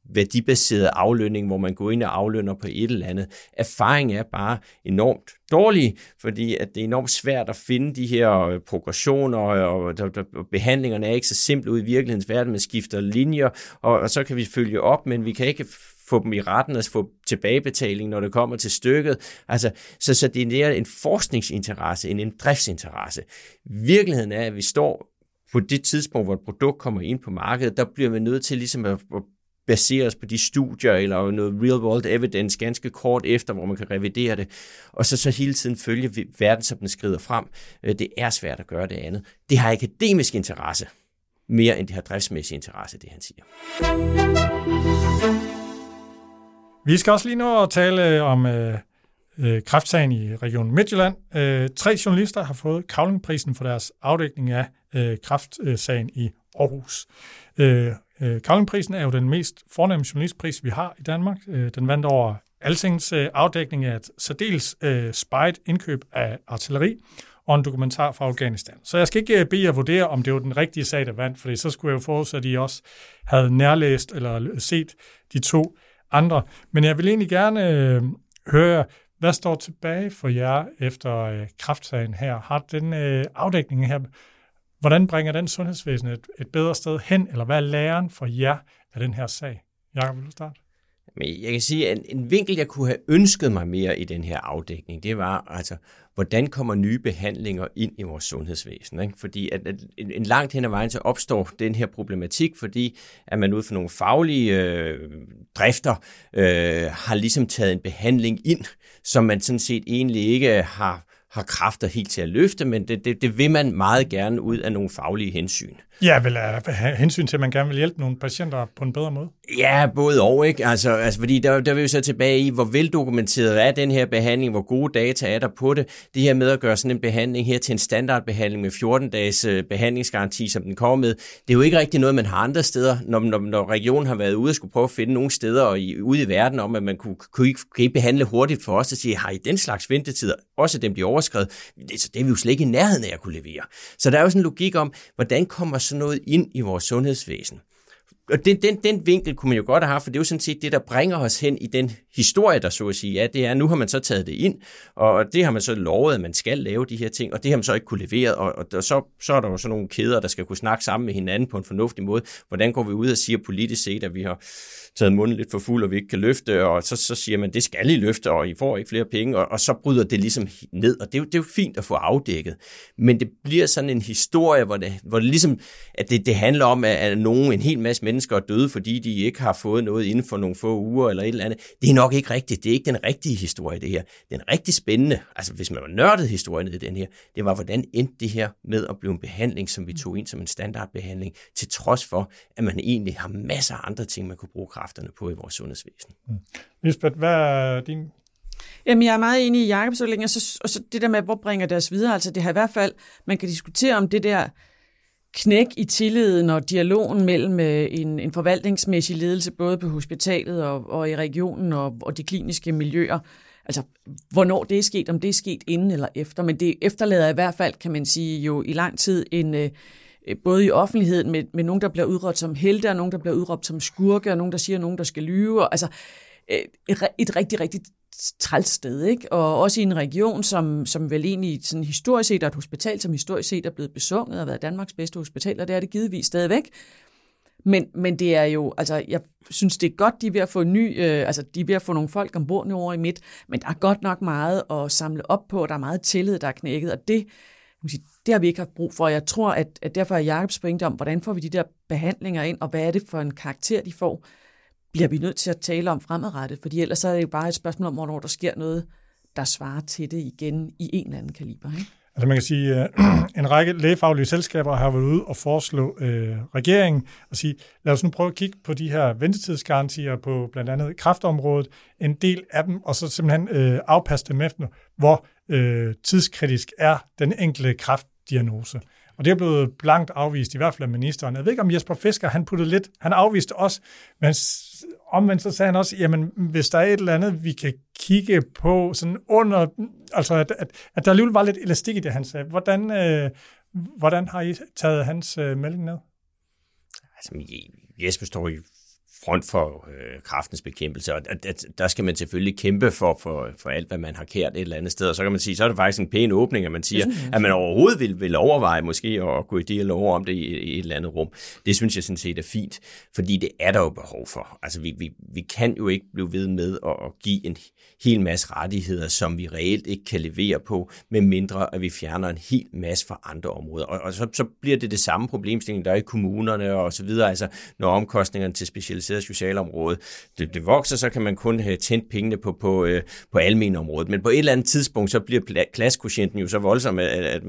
værdibaseret aflønning, hvor man går ind og aflønner på et eller andet. Erfaringen er bare enormt dårlig, fordi at det er enormt svært at finde de her progressioner, og behandlingerne er ikke så simple ud i virkelighedens verden, man skifter linjer, og så kan vi følge op, men vi kan ikke få dem i retten, altså få tilbagebetaling, når det kommer til stykket. Altså, så det er en forskningsinteresse, en driftsinteresse. Virkeligheden er, at vi står på det tidspunkt, hvor et produkt kommer ind på markedet, der bliver vi nødt til ligesom at basere os på de studier, eller noget real-world evidence ganske kort efter, hvor man kan revidere det, og så hele tiden følge verden, som den skrider frem. Det er svært at gøre det andet. Det har akademisk interesse, mere end det har driftsmæssig interesse, det han siger. Vi skal også lige nå at tale om kræftsagen i Region Midtjylland. 3 journalister har fået Cavlingprisen for deres afdækning af kræftsagen i Aarhus. Cavlingprisen er jo den mest fornemme journalistpris, vi har i Danmark. Den vandt over Altings afdækning af et særdeles spejet indkøb af artilleri og en dokumentar fra Afghanistan. Så jeg skal ikke bede jer vurdere, om det var den rigtige sag, der vandt, for så skulle jeg jo forudsætte, at I også havde nærlæst eller set de 2 andre. Men jeg vil egentlig gerne høre, hvad står tilbage for jer efter kræftsagen her? Har den afdækning her, hvordan bringer den sundhedsvæsenet et bedre sted hen, eller hvad er læren for jer af den her sag? Jakob, vil du starte? Men jeg kan sige, at en vinkel, jeg kunne have ønsket mig mere i den her afdækning, det var altså, hvordan kommer nye behandlinger ind i vores sundhedsvæsen? Ikke? Fordi at en langt hen ad vejen så opstår den her problematik, fordi at man ud fra nogle faglige drifter har ligesom taget en behandling ind, som man sådan set egentlig ikke har kræfter helt til at løfte, men det vil man meget gerne ud af nogle faglige hensyn. Ja, vel hensyn til, at man gerne vil hjælpe nogle patienter på en bedre måde? Ja, både og, ikke? Altså fordi der er vi jo så tilbage i, hvor veldokumenteret er den her behandling, hvor gode data er der på det. Det her med at gøre sådan en behandling her til en standardbehandling med 14-dages behandlingsgaranti, som den kommer med, det er jo ikke rigtig noget, man har andre steder, når regionen har været ude og skulle prøve at finde nogle steder ude i verden om, at man kunne ikke behandle hurtigt for os, og sige, har I den slags ventetider, også dem bliver overskredet, så det er vi jo slet ikke i nærheden af at kunne levere. Så der er jo sådan en logik om, hvordan kommer sådan noget ind i vores sundhedsvæsen. Og den vinkel kunne man jo godt have haft, for det er jo sådan set det, der bringer os hen i den historie, der så at sige er. Det er, nu har man så taget det ind, og det har man så lovet, at man skal lave de her ting, og det har man så ikke kunne levere, og så er der jo sådan nogle kæder, der skal kunne snakke sammen med hinanden på en fornuftig måde. Hvordan går vi ud og siger politisk set, at vi har taget munden lidt for fuld, og vi ikke kan løfte, og så siger man, det skal I løfte, og I får ikke flere penge, og så bryder det ligesom ned, og det er jo fint at få afdækket. Men det bliver sådan en historie, hvor det ligesom, at det handler om, at en hel masse mennesker er døde, fordi de ikke har fået noget inden for nogle få uger, eller et eller andet. Det er nok ikke rigtigt. Det er ikke den rigtige historie, det her. Den rigtig spændende, altså hvis man var nørdet historien i den her, det var, hvordan endte det her med at blive en behandling, som vi tog ind som en standardbehandling, til trods for, at man egentlig har masser af andre ting, man kunne bruge kræfterne på i vores sundhedsvæsen. Lisbeth, hvad er din? Jamen, jeg er meget enig i Jakob, så længe, og så det der med, hvor bringer det os videre, altså det har i hvert fald, man kan diskutere om det der knæk i tilliden og dialogen mellem en forvaltningsmæssig ledelse, både på hospitalet og i regionen og de kliniske miljøer. Altså, hvornår det er sket, om det er sket inden eller efter. Men det efterlader i hvert fald, kan man sige, jo i lang tid både i offentligheden med nogen, der bliver udråbt som helte, og nogen, der bliver udråbt som skurke, og nogen, der siger, nogen, der skal lyve. Og, altså, et rigtig, rigtig træls sted, ikke? Og også i en region, som vel egentlig sådan historisk set er et hospital, som historisk set er blevet besunget og været Danmarks bedste hospital, og det er det givetvis stadigvæk. Men det er jo, altså jeg synes, det er godt, de er ved at få de er ved at få nogle folk ombord nu over i midt, men der er godt nok meget at samle op på, og der er meget tillid, der er knækket, og det har vi ikke haft brug for. Jeg tror, at derfor er Jakobs pointe om, hvordan får vi de der behandlinger ind, og hvad er det for en karakter, de får, bliver vi nødt til at tale om fremadrettet, fordi ellers er det jo bare et spørgsmål om, hvornår der sker noget, der svarer til det igen i en eller anden kaliber, ikke? Altså man kan sige, at en række lægefaglige selskaber har været ude og foreslå regeringen og sige, lad os nu prøve at kigge på de her ventetidsgarantier på blandt andet kræftområdet, en del af dem, og så simpelthen afpasse dem efter, hvor tidskritisk er den enkelte kræftdiagnose. Og det er blevet blankt afvist, i hvert fald af ministeren. Jeg ved ikke, om Jesper Fisker, han afviste også, men omvendt så sagde han også, jamen hvis der er et eller andet, vi kan kigge på sådan under, altså at der alligevel var lidt elastik i det, han sagde. Hvordan har I taget hans melding ned? Altså, Jesper står i front for kræftens bekæmpelse, og der skal man selvfølgelig kæmpe for alt, hvad man har kært et eller andet sted, og så kan man sige, så er det faktisk en pæn åbning, at man siger, at man overhovedet vil overveje måske at gå i dialog om det i et eller andet rum. Det synes jeg sådan set er fint, fordi det er der jo behov for. Altså vi kan jo ikke blive ved med at give en hel masse rettigheder, som vi reelt ikke kan levere på, med mindre at vi fjerner en hel masse fra andre områder. Og så bliver det samme problemstilling, der er i kommunerne og så videre. Altså når omkostningerne til specialiseret socialområde det vokser, så kan man kun have tændt pengene på almenområdet. Men på et eller andet tidspunkt, så bliver klassekvotienten jo så voldsom, at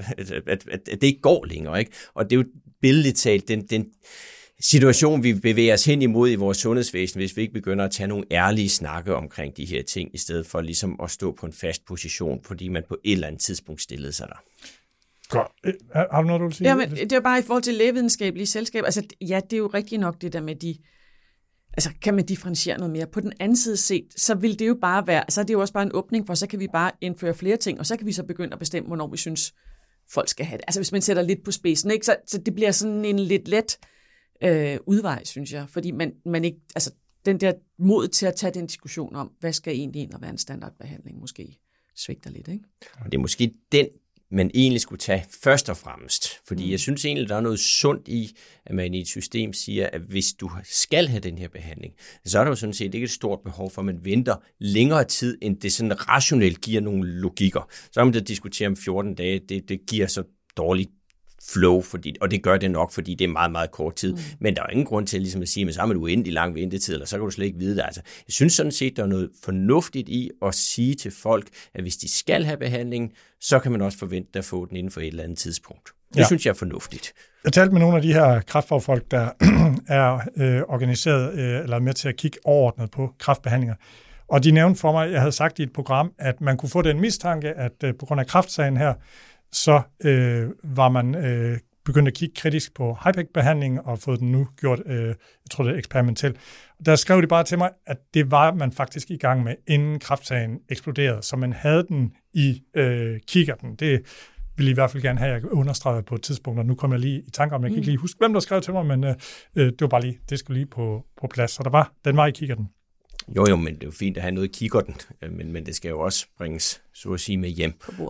det ikke går længere. Ikke? Og det er jo billedligt talt den situation, vi bevæger os hen imod i vores sundhedsvæsen, hvis vi ikke begynder at tage nogle ærlige snakke omkring de her ting, i stedet for ligesom at stå på en fast position, fordi man på et eller andet tidspunkt stillede sig der. Godt. Har du noget, du vil sige? Jamen, det er bare i forhold til lægevidenskabelige selskaber. Altså, ja, det er jo rigtigt nok det der med altså, kan man differentiere noget mere? På den anden side set, så vil det jo bare være, så er det jo også bare en åbning for, så kan vi bare indføre flere ting, og så kan vi så begynde at bestemme, hvornår vi synes, folk skal have det. Altså, hvis man sætter lidt på spidsen, ikke? Så det bliver sådan en lidt let udvej, synes jeg, fordi man ikke, altså den der mod til at tage den diskussion om, hvad skal egentlig ind og være en standardbehandling, måske svigter lidt, ikke? Og det er måske den, man egentlig skulle tage først og fremmest, fordi jeg synes egentlig, der er noget sundt i, at man i et system siger, at hvis du skal have den her behandling, så er der jo sådan set ikke et stort behov for, at man venter længere tid, end det sådan rationelt giver nogle logikker. Så kan man da diskutere om 14 dage, det giver så dårligt flow, og det gør det nok, fordi det er meget, meget kort tid. Men der er ingen grund til ligesom at sige, at så har man uendelig lang ventetid, eller så kan du slet ikke vide det. Altså, jeg synes sådan set, der er noget fornuftigt i at sige til folk, at hvis de skal have behandling, så kan man også forvente at få den inden for et eller andet tidspunkt. Det synes jeg er fornuftigt. Jeg talte med nogle af de her kræftfagfolk, der er organiseret eller med til at kigge overordnet på kræftbehandlinger. Og de nævnte for mig, jeg havde sagt i et program, at man kunne få den mistanke, at på grund af kræftsagen her, så var man begyndt at kigge kritisk på HIPEC-behandlingen og fået den nu gjort, jeg tror det er eksperimentelt. Der skrev de bare til mig, at det var man faktisk i gang med, inden kræftsagen eksploderede, så man havde den i kikkerten. Det ville I hvert fald gerne have, jeg understreget på et tidspunkt, og nu kommer jeg lige i tanke om, jeg kan ikke lige huske, hvem der skrev til mig, men det var bare lige, det skulle lige på plads, så den var i kikkerten. Jo, men det er jo fint at have noget i kikkerten, men det skal jo også bringes, så at sige, med hjem.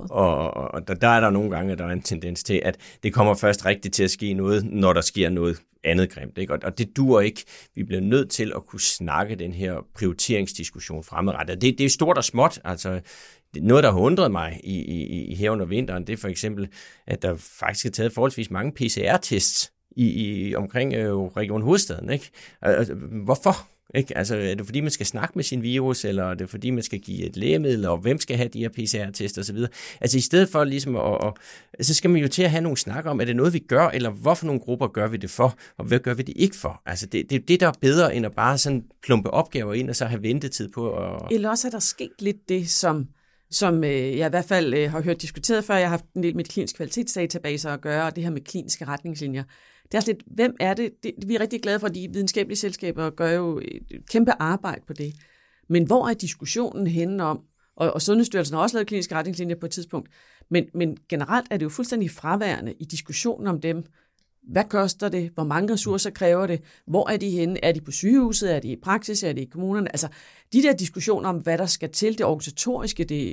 Og der er der nogle gange, der er en tendens til, at det kommer først rigtigt til at ske noget, når der sker noget andet grimt. Ikke? Og det duer ikke. Vi bliver nødt til at kunne snakke den her prioriteringsdiskussion fremadrettet. Det er stort og småt. Altså, noget, der har undret mig i her under vinteren, det er for eksempel, at der faktisk er taget forholdsvis mange PCR-tests omkring Region Hovedstaden. Ikke? Altså, hvorfor? Ikke? Altså, er det fordi, man skal snakke med sin virus, eller er det fordi, man skal give et lægemiddel, og hvem skal have de her PCR-tester osv.? Altså i stedet for ligesom så skal man jo til at have nogle snak om, er det noget, vi gør, eller hvorfor nogle grupper gør vi det for, og hvad gør vi det ikke for? Altså det der er bedre, end at bare sådan plumpe opgaver ind, og så have ventetid på. Eller også er der sket lidt det, som jeg i hvert fald har hørt diskuteret før. Jeg har haft en del med kliniske kvalitetsdatabaser at gøre, og det her med kliniske retningslinjer. Det er også lidt, hvem er det? Vi er rigtig glade for, at de videnskabelige selskaber gør jo et kæmpe arbejde på det. Men hvor er diskussionen henne om, og Sundhedsstyrelsen har også lavet kliniske retningslinjer på et tidspunkt, men generelt er det jo fuldstændig fraværende i diskussionen om dem. Hvad koster det? Hvor mange ressourcer kræver det? Hvor er de henne? Er de på sygehuset? Er de i praksis? Er de i kommunerne? Altså, de der diskussioner om, hvad der skal til, det organisatoriske, de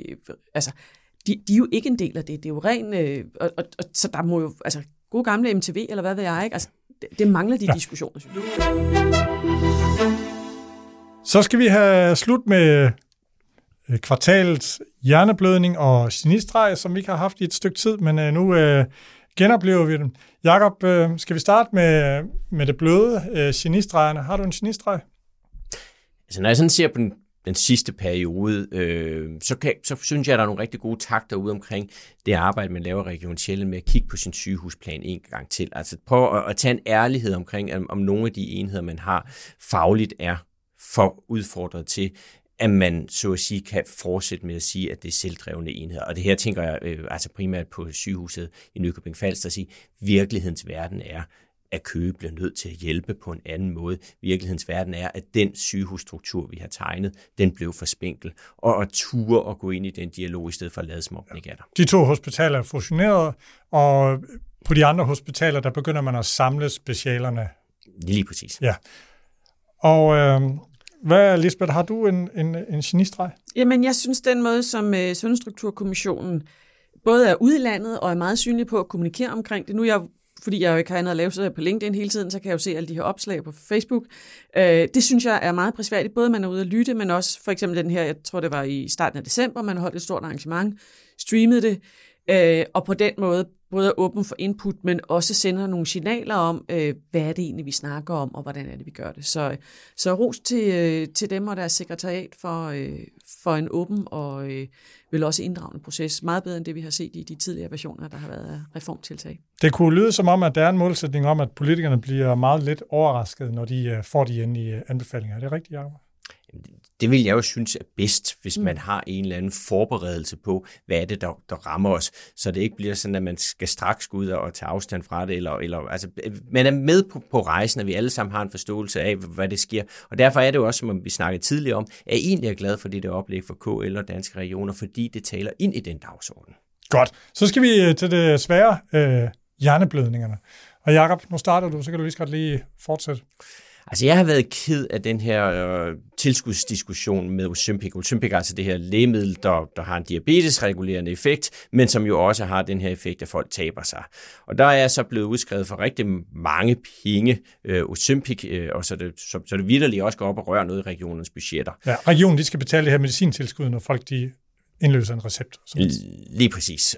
er jo ikke en del af det. Det er jo ren... så der må jo... Altså, gode gamle MTV, eller hvad ved jeg, ikke? Altså, det mangler de diskussioner, synes jeg. Så skal vi have slut med kvartalets hjerneblødning og genistreg, som vi ikke har haft i et stykke tid, men nu genoplever vi dem. Jakob, skal vi starte med det bløde, genistregerne? Har du en genistreg? Altså, når jeg sådan ser på den sidste periode, så synes jeg, at der er nogle rigtig gode takter ude omkring det arbejde, man laver i Region Sjælland med at kigge på sin sygehusplan en gang til. Altså prøv at tage en ærlighed omkring, om nogle af de enheder, man har fagligt er for udfordret til, at man så at sige kan fortsætte med at sige, at det er selvdrevne enheder. Og det her tænker jeg altså primært på sygehuset i Nykøbing Falster, at sige, virkelighedens verden er, at Køge bliver nødt til at hjælpe på en anden måde. Virkelighedens verden er, at den sygehusstruktur, vi har tegnet, den blev for spinkel. Og at ture at gå ind i den dialog, i stedet for at lade som om den ikke er der. De to hospitaler er fusioneret, og på de andre hospitaler, der begynder man at samle specialerne. Lige præcis. Ja. Og hvad, Lisbeth, har du en genistreg? Jamen, jeg synes, den måde, som Sundhedsstrukturkommissionen både er ude i landet og er meget synlig på at kommunikere omkring det. Nu er jeg, fordi jeg jo ikke har andet at lave, så er jeg på LinkedIn hele tiden, så kan jeg jo se alle de her opslag på Facebook. Det synes jeg er meget prisværdigt, både man er ude at lytte, men også for eksempel den her, jeg tror det var i starten af december, man holdt et stort arrangement, streamede det, og på den måde både er åben for input, men også sender nogle signaler om, hvad er det egentlig, vi snakker om, og hvordan er det, vi gør det. Så ros til dem og deres sekretariat for en åben og vel også inddragende proces. Meget bedre end det, vi har set i de tidligere versioner, der har været af reformtiltag. Det kunne lyde som om, at der er en målsætning om, at politikerne bliver meget lidt overrasket, når de får de endelige anbefalinger. Er det rigtigt, Jacob? Det vil jeg jo synes er bedst, hvis man har en eller anden forberedelse på, hvad er det, der rammer os, så det ikke bliver sådan, at man skal straks gå ud og tage afstand fra det, eller altså, man er med på rejsen, at vi alle sammen har en forståelse af, hvad det sker, og derfor er det jo også, som vi snakkede tidligere om, at jeg egentlig er glad for det oplæg for KL og Danske Regioner, fordi det taler ind i den dagsorden. Godt, så skal vi til det svære, hjerneblødningerne. Og Jacob, nu starter du, så kan du lige fortsætte. Altså, jeg har været ked af den her tilskudsdiskussion med Ozempic. Ozempic er altså det her lægemiddel, der har en diabetesregulerende effekt, men som jo også har den her effekt, at folk taber sig. Og der er så blevet udskrevet for rigtig mange penge Ozempic, og så det vitterligt også går op og rører noget i regionens budgetter. Ja, regionen de skal betale det her medicintilskud, når folk de indløser en recept. Lige præcis.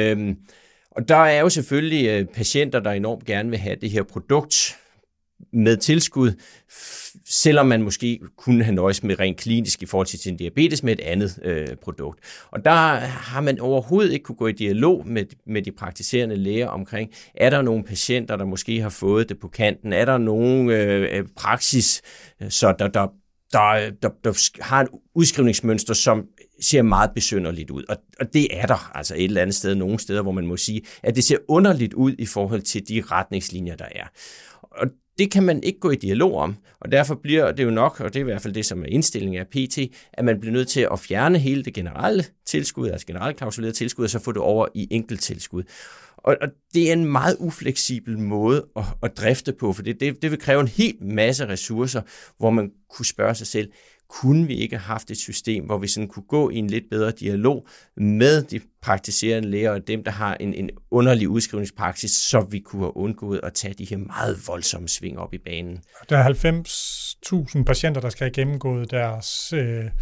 Og der er jo selvfølgelig patienter, der enormt gerne vil have det her produkt med tilskud, selvom man måske kunne have nøjes med rent klinisk i forhold til sin diabetes med et andet produkt. Og der har man overhovedet ikke kunne gå i dialog med de praktiserende læger omkring, er der nogle patienter, der måske har fået det på kanten? Er der nogle praksis, så der har et udskrivningsmønster, som ser meget besynderligt ud. Og det er der altså et eller andet sted, nogle steder, hvor man må sige, at det ser underligt ud i forhold til de retningslinjer, der er. Og det kan man ikke gå i dialog om, og derfor bliver det jo nok, og det er i hvert fald det, som er indstillingen af PT, at man bliver nødt til at fjerne hele det generelle tilskud, altså generelt klausulerede tilskud, og så få det over i enkelttilskud. Og det er en meget ufleksibel måde at drifte på, for det vil kræve en hel masse ressourcer, hvor man kunne spørge sig selv, kunne vi ikke have haft et system, hvor vi sådan kunne gå i en lidt bedre dialog med de praktiserende læger og dem, der har en underlig udskrivningspraksis, så vi kunne have undgået at tage de her meget voldsomme sving op i banen. Der er 90.000 patienter, der skal have gennemgået deres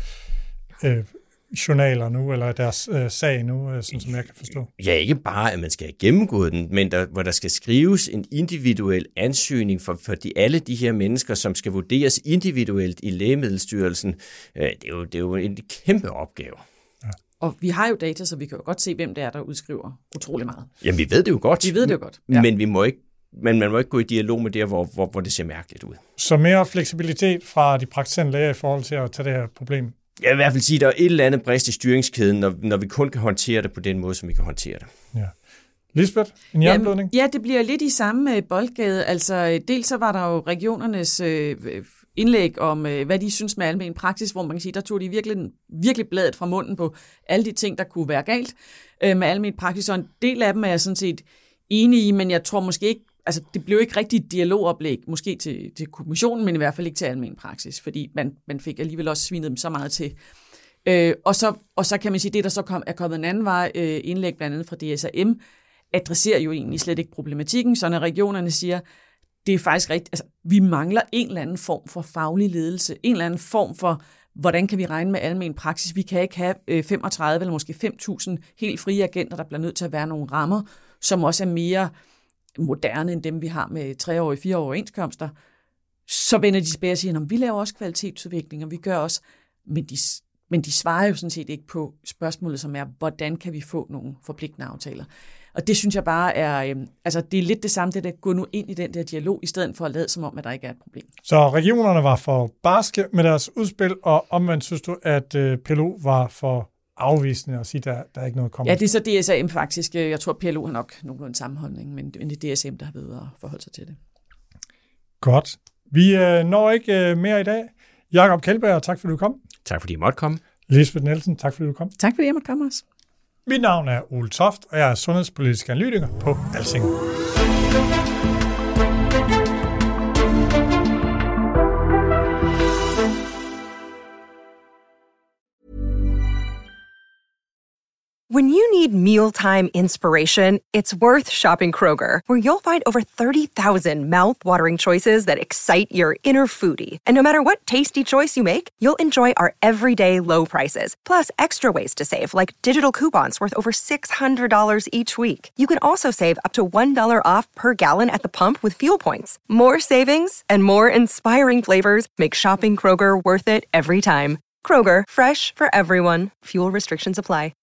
journaler nu, eller deres sag nu, sådan som jeg kan forstå. Ja, ikke bare, at man skal have gennemgået den, men hvor der skal skrives en individuel ansøgning for alle de her mennesker, som skal vurderes individuelt i Lægemiddelstyrelsen. Det er jo en kæmpe opgave. Ja. Og vi har jo data, så vi kan jo godt se, hvem det er, der udskriver utrolig meget. Jamen, vi ved det jo godt. Vi ved det jo godt. Ja. Men man må ikke gå i dialog med det, hvor det ser mærkeligt ud. Så mere fleksibilitet fra de praktiserende læger i forhold til at tage det her problem? Jeg vil i hvert fald sige, at der er et eller andet brist i styringskæden, når vi kun kan håndtere det på den måde, som vi kan håndtere det. Ja. Lisbeth, en hjerneblødning? Ja, det bliver lidt i samme boldgade. Altså, dels så var der jo regionernes indlæg om, hvad de synes med almen praksis, hvor man kan sige, der tog de virkelig bladet fra munden på alle de ting, der kunne være galt med almen praksis. Og en del af dem er jeg sådan set enig i, men jeg tror måske ikke, altså det blev ikke rigtig et dialogoplæg, måske til kommissionen, men i hvert fald ikke til almen praksis, fordi man fik alligevel også svinet dem så meget til. Og så kan man sige, det der så er kommet en anden vej, indlæg blandt andet fra DSM, adresserer jo egentlig slet ikke problematikken, så når regionerne siger, det er faktisk rigtigt, altså vi mangler en eller anden form for faglig ledelse, en eller anden form for, hvordan kan vi regne med almen praksis? Vi kan ikke have 35 eller måske 5.000 helt frie agenter, der bliver nødt til at være nogle rammer, som også er mere moderne end dem, vi har med 3-årige, 4-årige overenskomster. Så vender de tilbage og siger, at vi laver også kvalitetsudvikling, og vi gør også, men de svarer jo sådan set ikke på spørgsmålet, som er, hvordan kan vi få nogle forpligtende aftaler? Og det synes jeg bare er, det er lidt det samme, det der går nu ind i den der dialog, i stedet for at lade som om, at der ikke er et problem. Så regionerne var for barske med deres udspil, og omvendt synes du, at PLO var for afvisende og sige, at der er ikke noget kommet? Ja, det er så DSM faktisk. Jeg tror, PLO har nok nogenlunde sammenholdning, men det er DSM, der har været at forholde sig til det. Godt. Vi når ikke mere i dag. Jacob Kjeldberg, tak fordi du kom. Tak fordi I måtte komme. Lisbeth Nielsen, tak fordi du kom. Tak fordi jeg måtte komme også. Mit navn er Ole Toft, og jeg er sundhedspolitisk analytiker på Alsing. When you need mealtime inspiration, it's worth shopping Kroger, where you'll find over 30,000 mouth-watering choices that excite your inner foodie. And no matter what tasty choice you make, you'll enjoy our everyday low prices, plus extra ways to save, like digital coupons worth over $600 each week. You can also save up to $1 off per gallon at the pump with fuel points. More savings and more inspiring flavors make shopping Kroger worth it every time. Kroger, fresh for everyone. Fuel restrictions apply.